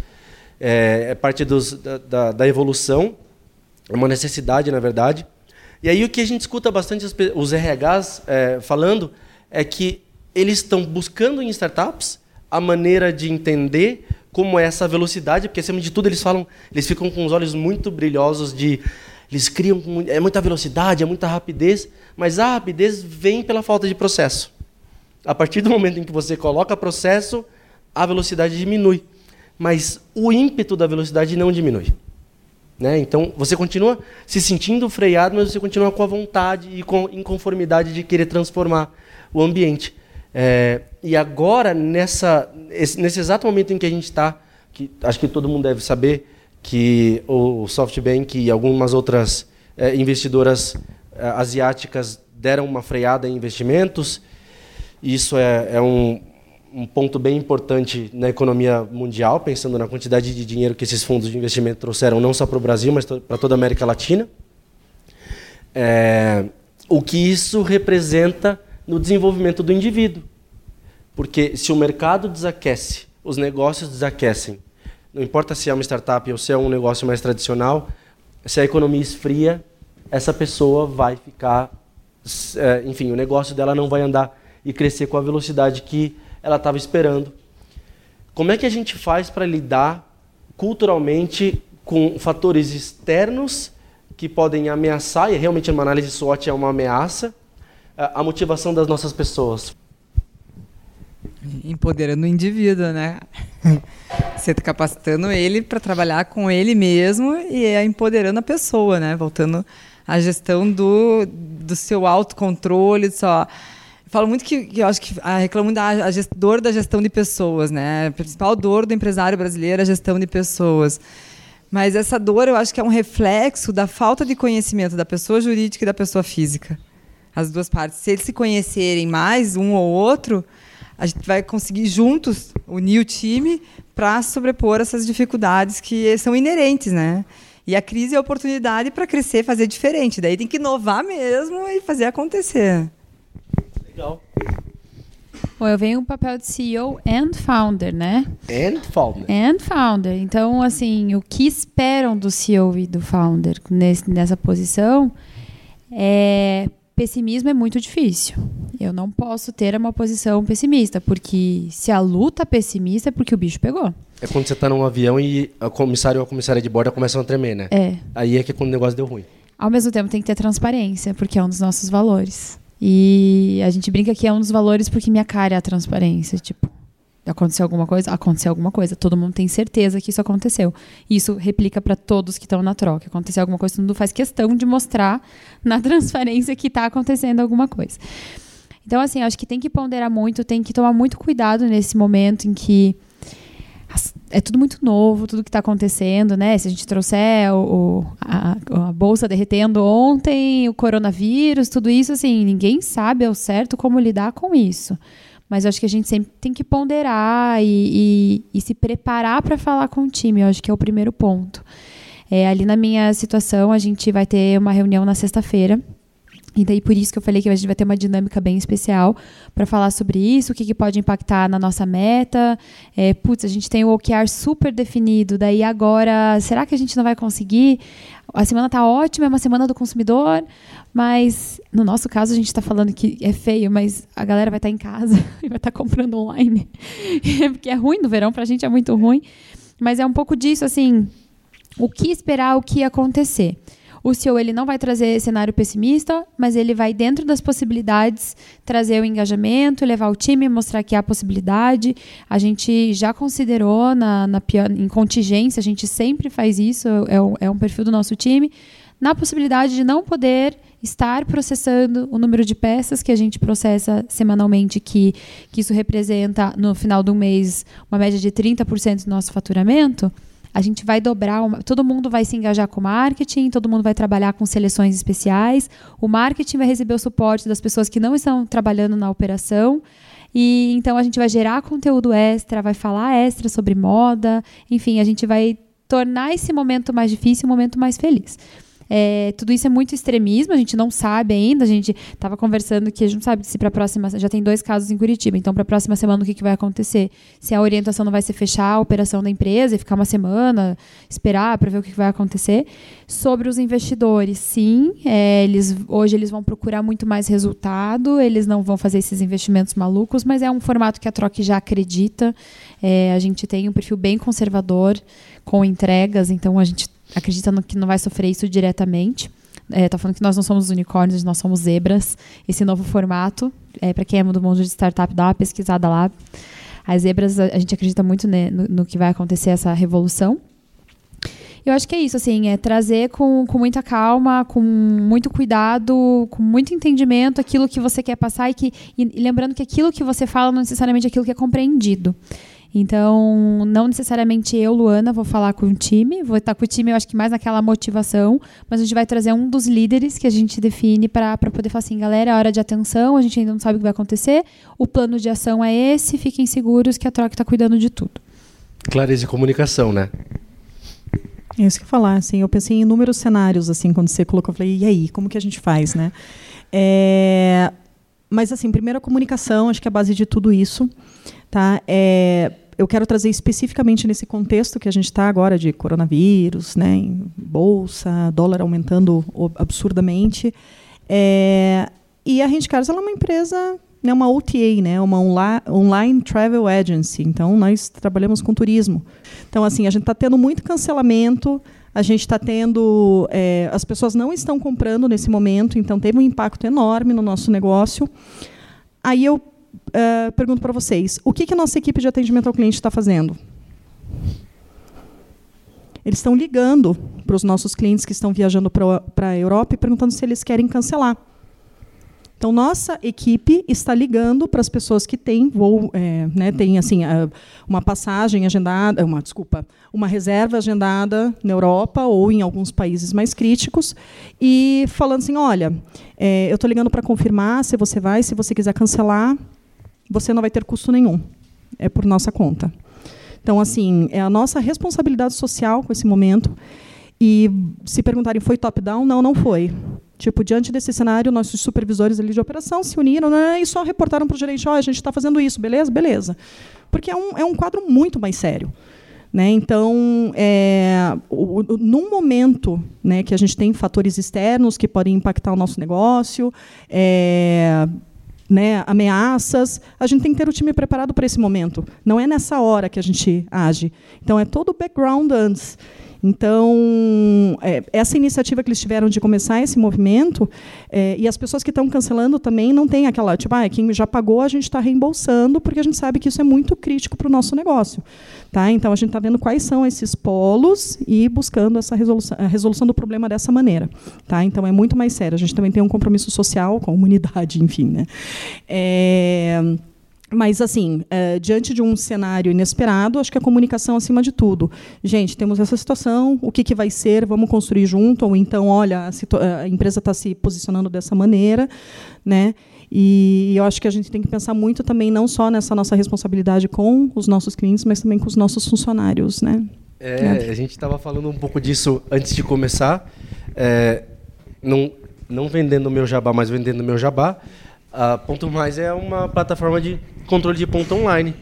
é parte da evolução, é uma necessidade, na verdade. E aí o que a gente escuta bastante os RHs falando é que eles estão buscando em startups a maneira de entender como é essa velocidade, porque, acima de tudo, eles ficam com os olhos muito brilhosos eles criam muita velocidade, muita rapidez, mas a rapidez vem pela falta de processo. A partir do momento em que você coloca processo, a velocidade diminui. Mas o ímpeto da velocidade não diminui. Né? Então, você continua se sentindo freado, mas você continua com a vontade e com inconformidade de querer transformar o ambiente. E agora, nesse exato momento em que a gente está, que acho que todo mundo deve saber, que o SoftBank e algumas outras investidoras asiáticas deram uma freada em investimentos. Isso é um ponto bem importante na economia mundial, pensando na quantidade de dinheiro que esses fundos de investimento trouxeram, não só para o Brasil, mas para toda a América Latina. O que isso representa no desenvolvimento do indivíduo. Porque se o mercado desaquece, os negócios desaquecem, não importa se é uma startup ou se é um negócio mais tradicional, se a economia esfria, essa pessoa vai ficar... enfim, o negócio dela não vai andar e crescer com a velocidade que ela estava esperando. Como é que a gente faz para lidar culturalmente com fatores externos que podem ameaçar, e realmente uma análise SWOT é uma ameaça, a motivação das nossas pessoas? Empoderando o indivíduo, né? Você está capacitando ele para trabalhar com ele mesmo e empoderando a pessoa, né? Voltando à gestão do seu autocontrole, falo muito que eu acho que reclamo muito da dor da gestão de pessoas, né? A principal dor do empresário brasileiro é a gestão de pessoas. Mas essa dor eu acho que é um reflexo da falta de conhecimento da pessoa jurídica e da pessoa física. As duas partes. Se eles se conhecerem mais, um ou outro, a gente vai conseguir juntos unir o time para sobrepor essas dificuldades que são inerentes, né? E a crise é a oportunidade para crescer, fazer diferente. Daí tem que inovar mesmo e fazer acontecer. Legal. Bom, eu venho no papel de CEO and founder, né? And founder. And founder. Então, assim, o que esperam do CEO e do founder nessa posição pessimismo é muito difícil. Eu não posso ter uma posição pessimista, porque se a luta é pessimista é porque o bicho pegou. É quando você está num avião e o comissário ou a comissária de bordo começam a tremer, né? Aí é que quando o negócio deu ruim. Ao mesmo tempo tem que ter transparência, porque é um dos nossos valores. E a gente brinca que é um dos valores porque minha cara é a transparência. Tipo, aconteceu alguma coisa. Todo mundo tem certeza que isso aconteceu. E isso replica para todos que estão na troca. Aconteceu alguma coisa, todo mundo faz questão de mostrar na transparência que está acontecendo alguma coisa. Então, assim, acho que tem que ponderar muito, tem que tomar muito cuidado nesse momento em que é tudo muito novo, tudo que está acontecendo, né? Se a gente trouxer a bolsa derretendo ontem, o coronavírus, tudo isso, assim, ninguém sabe ao certo como lidar com isso. Mas eu acho que a gente sempre tem que ponderar e se preparar para falar com o time. Eu acho que é o primeiro ponto. Ali na minha situação, a gente vai ter uma reunião na sexta-feira. E daí por isso que eu falei que a gente vai ter uma dinâmica bem especial para falar sobre isso, o que pode impactar na nossa meta. A gente tem o OKR super definido, daí agora, será que a gente não vai conseguir? A semana está ótima, é uma semana do consumidor, mas no nosso caso a gente está falando que é feio, mas a galera vai estar em casa e vai estar comprando online. Porque é ruim no verão, para a gente é muito ruim. Mas é um pouco disso, assim, o que esperar, o que acontecer. O CEO ele não vai trazer cenário pessimista, mas ele vai, dentro das possibilidades, trazer o engajamento, levar o time, mostrar que há possibilidade. A gente já considerou em contingência, a gente sempre faz isso, é um perfil do nosso time, na possibilidade de não poder estar processando o número de peças que a gente processa semanalmente, que isso representa, no final do mês, uma média de 30% do nosso faturamento. A gente vai dobrar, todo mundo vai se engajar com o marketing, todo mundo vai trabalhar com seleções especiais, o marketing vai receber o suporte das pessoas que não estão trabalhando na operação, e então a gente vai gerar conteúdo extra, vai falar extra sobre moda, enfim, a gente vai tornar esse momento mais difícil um momento mais feliz. Tudo isso é muito extremismo, a gente não sabe ainda, a gente estava conversando que a gente não sabe se para a próxima, já tem 2 casos em Curitiba, então para a próxima semana o que vai acontecer? Se a orientação não vai ser fechar a operação da empresa e ficar uma semana, esperar para ver o que vai acontecer. Sobre os investidores, sim, hoje eles vão procurar muito mais resultado, eles não vão fazer esses investimentos malucos, mas é um formato que a Troque já acredita, a gente tem um perfil bem conservador com entregas, então a gente acredita que não vai sofrer isso diretamente. Tá falando que nós não somos unicórnios, nós somos zebras. Esse novo formato, para quem é do mundo de startup, dá uma pesquisada lá. As zebras, a gente acredita muito no que vai acontecer, essa revolução. Eu acho que é isso, assim, trazer com muita calma, com muito cuidado, com muito entendimento aquilo que você quer passar e lembrando que aquilo que você fala não necessariamente é aquilo que é compreendido. Então, não necessariamente eu, Luana, vou falar com o time. Vou estar com o time, eu acho que mais naquela motivação. Mas a gente vai trazer um dos líderes que a gente define para poder falar assim, galera, é hora de atenção, a gente ainda não sabe o que vai acontecer. O plano de ação é esse, fiquem seguros que a Troc está cuidando de tudo. Clareza de comunicação, né? É isso que eu ia falar, assim, eu pensei em inúmeros cenários, assim, quando você colocou, eu falei, e aí, como que a gente faz, né? Mas, assim, primeiro a comunicação, acho que é a base de tudo isso, tá? Eu quero trazer especificamente nesse contexto que a gente está agora de coronavírus, né, em bolsa, dólar aumentando absurdamente, e a Handcars, ela é uma empresa, né, uma OTA, né, uma online travel agency. Então, nós trabalhamos com turismo. Então, assim, a gente está tendo muito cancelamento, a gente está tendo... as pessoas não estão comprando nesse momento, então teve um impacto enorme no nosso negócio. Aí eu pergunto para vocês, o que a nossa equipe de atendimento ao cliente está fazendo? Eles estão ligando para os nossos clientes que estão viajando para a Europa e perguntando se eles querem cancelar. Então, nossa equipe está ligando para as pessoas que têm voo, né, tem assim, uma passagem agendada, uma reserva agendada na Europa ou em alguns países mais críticos, e falando assim, olha, eu estou ligando para confirmar se você vai, se você quiser cancelar, você não vai ter custo nenhum, é por nossa conta. Então, assim, é a nossa responsabilidade social com esse momento. E se perguntarem, foi top-down? Não, não foi. Tipo, diante desse cenário, nossos supervisores ali de operação se uniram, né, e só reportaram para o gerente, a gente está fazendo isso, beleza? Beleza. Porque é um quadro muito mais sério. Né? Então, num momento, né, que a gente tem fatores externos que podem impactar o nosso negócio, né, ameaças, a gente tem que ter o time preparado para esse momento. Não é nessa hora que a gente age. Então, é todo o background antes. Então, essa iniciativa que eles tiveram de começar esse movimento, e as pessoas que estão cancelando também não tem aquela, tipo, quem já pagou, a gente está reembolsando, porque a gente sabe que isso é muito crítico para o nosso negócio. Tá? Então, a gente está vendo quais são esses polos e buscando essa a resolução do problema dessa maneira. Tá? Então, é muito mais sério. A gente também tem um compromisso social com a humanidade, enfim. Né? Mas, assim, diante de um cenário inesperado, acho que a comunicação acima de tudo. Gente, temos essa situação, o que vai ser, vamos construir junto, ou então, olha, a empresa está se posicionando dessa maneira, né? E eu acho que a gente tem que pensar muito também, não só nessa nossa responsabilidade com os nossos clientes, mas também com os nossos funcionários, né? A gente estava falando um pouco disso antes de começar, não vendendo o meu jabá, mas vendendo o meu jabá. A Ponto Mais é uma plataforma de controle de ponto online.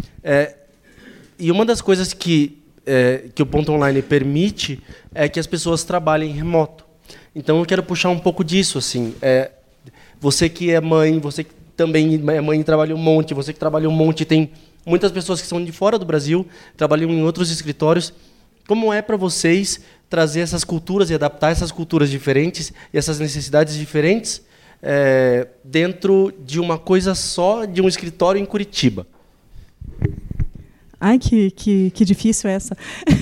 E uma das coisas que o ponto online permite é que as pessoas trabalhem remoto. Então, eu quero puxar um pouco disso. Assim, você que é mãe, você que também é mãe e trabalha um monte, você que trabalha um monte, tem muitas pessoas que são de fora do Brasil, trabalham em outros escritórios. Como é para vocês trazer essas culturas e adaptar essas culturas diferentes e essas necessidades diferentes dentro de uma coisa só, de um escritório em Curitiba? Ai, que difícil essa.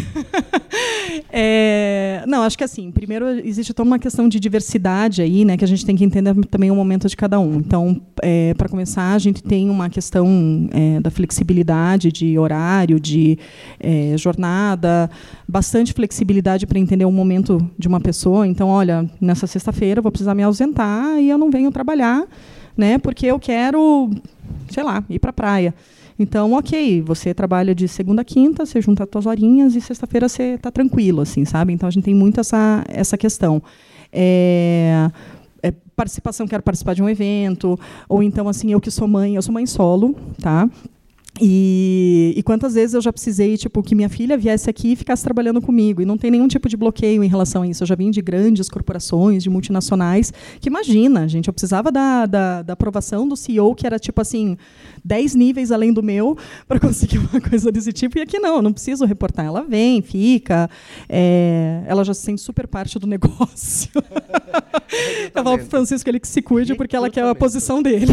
Não, acho que assim, primeiro existe toda uma questão de diversidade aí, né, que a gente tem que entender também o momento de cada um. Então, para começar, a gente tem uma questão da flexibilidade de horário, de jornada, bastante flexibilidade para entender o momento de uma pessoa. Então, olha, nessa sexta-feira eu vou precisar me ausentar e eu não venho trabalhar, né, porque eu quero, sei lá, ir para a praia. Então, ok, você trabalha de segunda a quinta, você junta as suas horinhas e sexta-feira você está tranquilo, assim, sabe? Então, a gente tem muito essa questão. Participação, quero participar de um evento, ou então, assim, eu sou mãe solo, tá? E quantas vezes eu já precisei, tipo, que minha filha viesse aqui e ficasse trabalhando comigo, e não tem nenhum tipo de bloqueio em relação a isso. Eu já vim de grandes corporações, de multinacionais, que imagina, gente, eu precisava da aprovação do CEO, que era, tipo assim, 10 níveis além do meu, para conseguir uma coisa desse tipo, e aqui não, eu não preciso reportar. Ela vem, fica, ela já se sente super parte do negócio. Eu falo para o Francisco, ele que se cuide, porque ela quer a posição dele.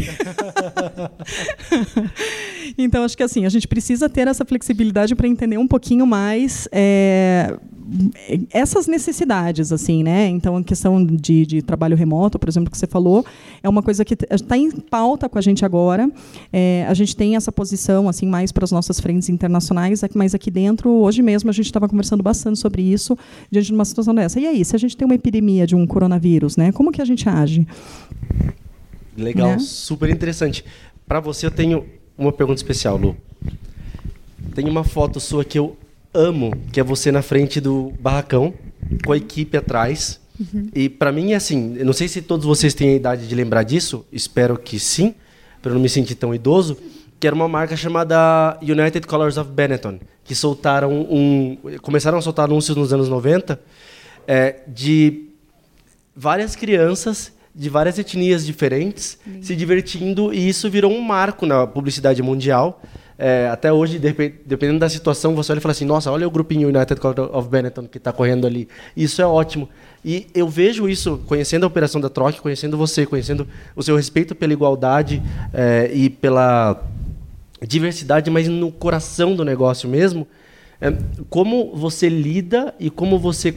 Então, acho que assim, a gente precisa ter essa flexibilidade para entender um pouquinho mais essas necessidades, assim, né? Então, a questão de trabalho remoto, por exemplo, que você falou, é uma coisa que está em pauta com a gente agora. A gente tem essa posição assim mais para as nossas frentes internacionais, mas aqui dentro, hoje mesmo, a gente estava conversando bastante sobre isso, diante de uma situação dessa. E aí, se a gente tem uma epidemia de um coronavírus, né? Como que a gente age? Legal, Né? super interessante. Para você, eu tenho uma pergunta especial, Lu. Tem uma foto sua que eu amo, que é você na frente do barracão, com a equipe atrás. E para mim, assim, eu não sei se todos vocês têm a idade de lembrar disso, espero que sim, para não me sentir tão idoso, que era uma marca chamada United Colors of Benetton, que começaram a soltar anúncios nos anos 90 de várias crianças de várias etnias diferentes se divertindo, e isso virou um marco na publicidade mundial. Até hoje, dependendo da situação, você olha e fala assim, nossa, olha o grupinho United Colors of Benetton que está correndo ali. Isso é ótimo. E eu vejo isso, conhecendo a operação da Troc, conhecendo você, conhecendo o seu respeito pela igualdade e pela diversidade, mas no coração do negócio mesmo, como você lida e como você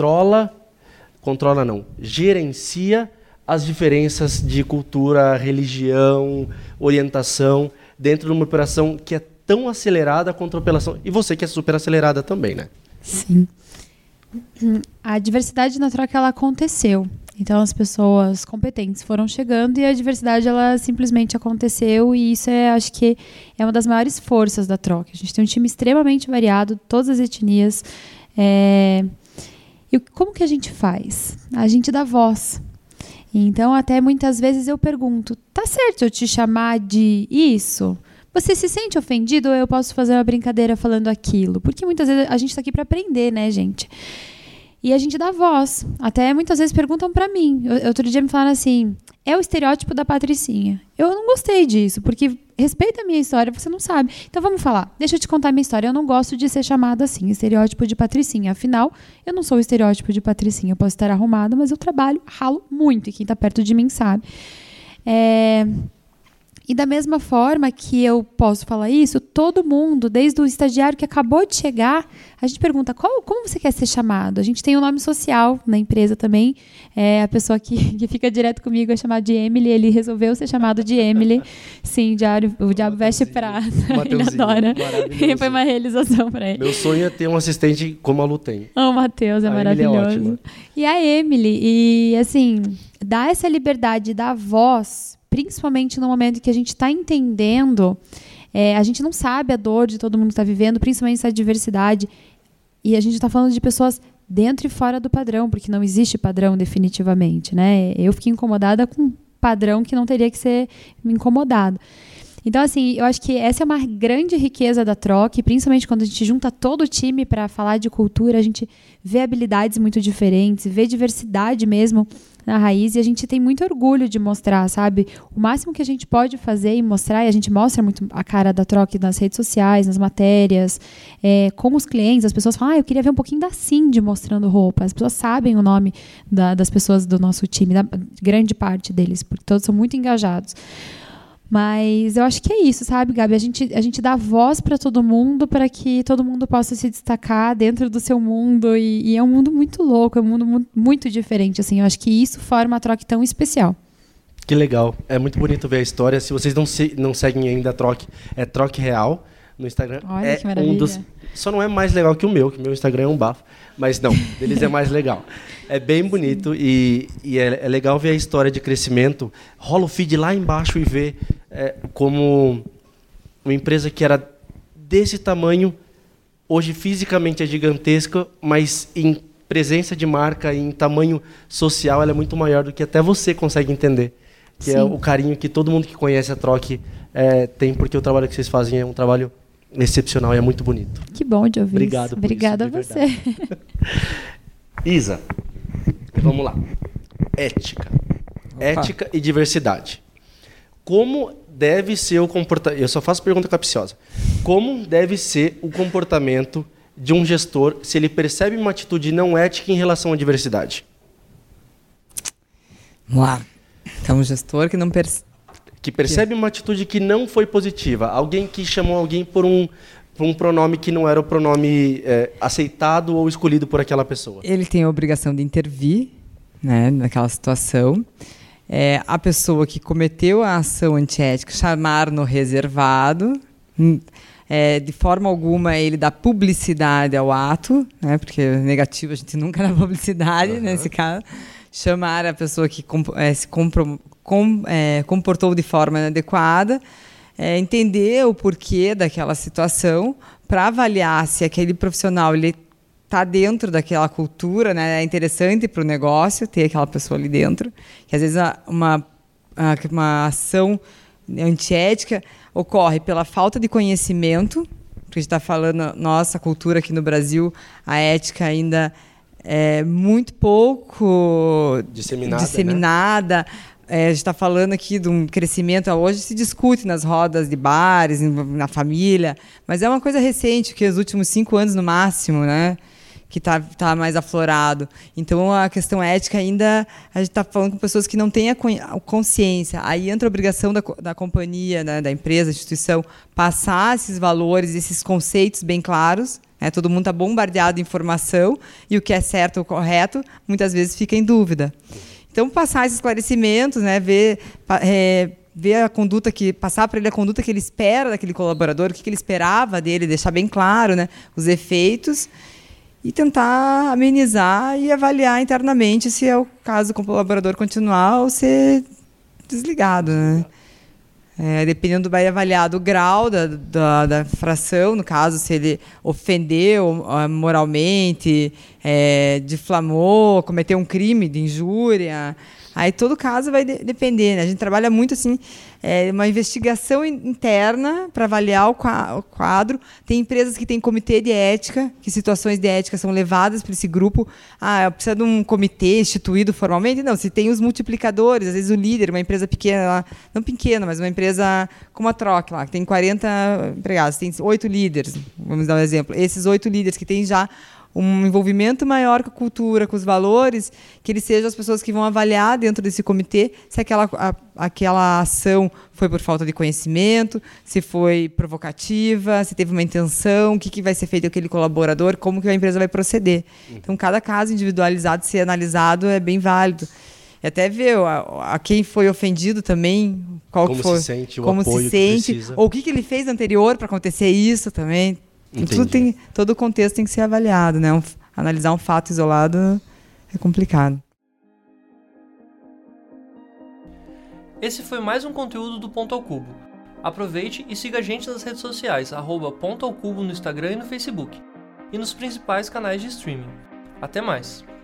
gerencia as diferenças de cultura, religião, orientação, dentro de uma operação que é tão acelerada quanto a operação... E você que é super acelerada também, né? Sim. A diversidade na Troc, ela aconteceu. Então, as pessoas competentes foram chegando e a diversidade, ela simplesmente aconteceu, e isso acho que é uma das maiores forças da Troc. A gente tem um time extremamente variado, todas as etnias. E como que a gente faz? A gente dá voz. Então, até muitas vezes eu pergunto, tá certo eu te chamar de isso? Você se sente ofendido ou eu posso fazer uma brincadeira falando aquilo? Porque muitas vezes a gente está aqui para aprender, né, gente? E a gente dá voz. Até muitas vezes perguntam para mim. Outro dia me falaram assim, é o estereótipo da Patricinha. Eu não gostei disso, porque respeita a minha história, você não sabe. Então vamos falar, deixa eu te contar a minha história. Eu não gosto de ser chamada assim, estereótipo de Patricinha. Afinal, eu não sou o estereótipo de Patricinha. Eu posso estar arrumada, mas eu ralo muito. E quem está perto de mim sabe. E da mesma forma que eu posso falar isso, todo mundo, desde o estagiário que acabou de chegar, a gente pergunta, como você quer ser chamado? A gente tem um nome social na empresa também. A pessoa que fica direto comigo é chamada de Emily, ele resolveu ser chamado de Emily. Sim, o Diabo Veste Prata. Ele adora. E foi uma realização para ele. Meu sonho é ter um assistente como a Lu tem. O Matheus é maravilhoso. E a Emily, e assim, dá essa liberdade da voz, principalmente no momento que a gente está entendendo, a gente não sabe a dor de todo mundo que está vivendo, principalmente essa diversidade, e a gente está falando de pessoas dentro e fora do padrão, porque não existe padrão definitivamente, né? Eu fiquei incomodada com um padrão que não teria que ser incomodado. Então, assim, eu acho que essa é uma grande riqueza da Troc, principalmente quando a gente junta todo o time para falar de cultura, a gente vê habilidades muito diferentes, vê diversidade mesmo na raiz, e a gente tem muito orgulho de mostrar, sabe? O máximo que a gente pode fazer e mostrar, e a gente mostra muito a cara da Troc nas redes sociais, nas matérias, com os clientes, as pessoas falam, eu queria ver um pouquinho da Cindy mostrando roupa. As pessoas sabem o nome das pessoas do nosso time, da grande parte deles, porque todos são muito engajados. Mas eu acho que é isso, sabe, Gabi? A gente dá voz para todo mundo, para que todo mundo possa se destacar dentro do seu mundo. E é um mundo muito louco, é um mundo muito diferente. Assim, eu acho que isso forma a Troc tão especial. Que legal. É muito bonito ver a história. Se vocês não seguem ainda a Troc, é Troc Real no Instagram. Olha que maravilha. Só não é mais legal que o meu Instagram é um bafo. Mas não, deles é mais legal. É bem bonito e é legal ver a história de crescimento. Rola o feed lá embaixo e ver como uma empresa que era desse tamanho, hoje fisicamente é gigantesca, mas em presença de marca, em tamanho social, ela é muito maior do que até você consegue entender. Que é o carinho que todo mundo que conhece a Troc tem, porque o trabalho que vocês fazem é um trabalho excepcional e é muito bonito. Que bom de ouvir. Obrigado. Obrigada a você. Isa, vamos lá. Ética e diversidade. Como deve ser o comportamento... Eu só faço pergunta capciosa. Como deve ser o comportamento de um gestor se ele percebe uma atitude não ética em relação à diversidade? Vamos lá. Então, um gestor que não que percebe uma atitude que não foi positiva. Alguém que chamou alguém por para um pronome que não era o pronome aceitado ou escolhido por aquela pessoa? Ele tem a obrigação de intervir, né, naquela situação. A pessoa que cometeu a ação antiética chamar no reservado. De forma alguma ele dá publicidade ao ato, né, porque negativo a gente nunca dá publicidade, nesse caso. Chamar a pessoa que se comportou de forma inadequada, entender o porquê daquela situação, para avaliar se aquele profissional está dentro daquela cultura, né, é interessante para o negócio ter aquela pessoa ali dentro. Que às vezes uma ação antiética ocorre pela falta de conhecimento, porque a gente está falando, nossa cultura aqui no Brasil, a ética ainda é muito pouco disseminada. Né? A gente está falando aqui de um crescimento, hoje se discute nas rodas de bares, na família, mas é uma coisa recente, que os últimos 5 anos no máximo, né, que tá mais aflorado. Então, a questão ética ainda, a gente está falando com pessoas que não têm a consciência. Aí entra a obrigação da companhia, né, da empresa, da instituição, passar esses valores, esses conceitos bem claros. Todo mundo está bombardeado de informação e o que é certo ou correto, muitas vezes fica em dúvida. Então, passar esses esclarecimentos, né, ver a conduta passar para ele a conduta que ele espera daquele colaborador, o que ele esperava dele, deixar bem claro, né, os efeitos, e tentar amenizar e avaliar internamente se é o caso com o colaborador continuar ou ser desligado, né? Dependendo, vai avaliar do grau da infração, no caso, se ele ofendeu moralmente, difamou, cometeu um crime de injúria. Aí todo caso vai depender, né? A gente trabalha muito assim, uma investigação interna para avaliar o quadro. Tem empresas que têm comitê de ética, que situações de ética são levadas para esse grupo. Precisa de um comitê instituído formalmente? Não, se tem os multiplicadores, às vezes o líder, uma empresa pequena, não pequena, mas uma empresa como a Troc, lá, que tem 40 empregados, tem 8 líderes, vamos dar um exemplo. Esses 8 líderes que têm já um envolvimento maior com a cultura, com os valores, que eles sejam as pessoas que vão avaliar dentro desse comitê se aquela ação foi por falta de conhecimento, se foi provocativa, se teve uma intenção, o que vai ser feito com aquele colaborador, como que a empresa vai proceder. Então, cada caso individualizado, ser analisado, é bem válido. E até ver a quem foi ofendido também, como se sente, como se sente, ou o que ele fez anterior para acontecer isso também. Todo o contexto tem que ser avaliado, né? Analisar um fato isolado é complicado. Esse foi mais um conteúdo do Ponto ao Cubo. Aproveite e siga a gente nas redes sociais, @Ponto ao Cubo no Instagram e no Facebook, e nos principais canais de streaming. Até mais!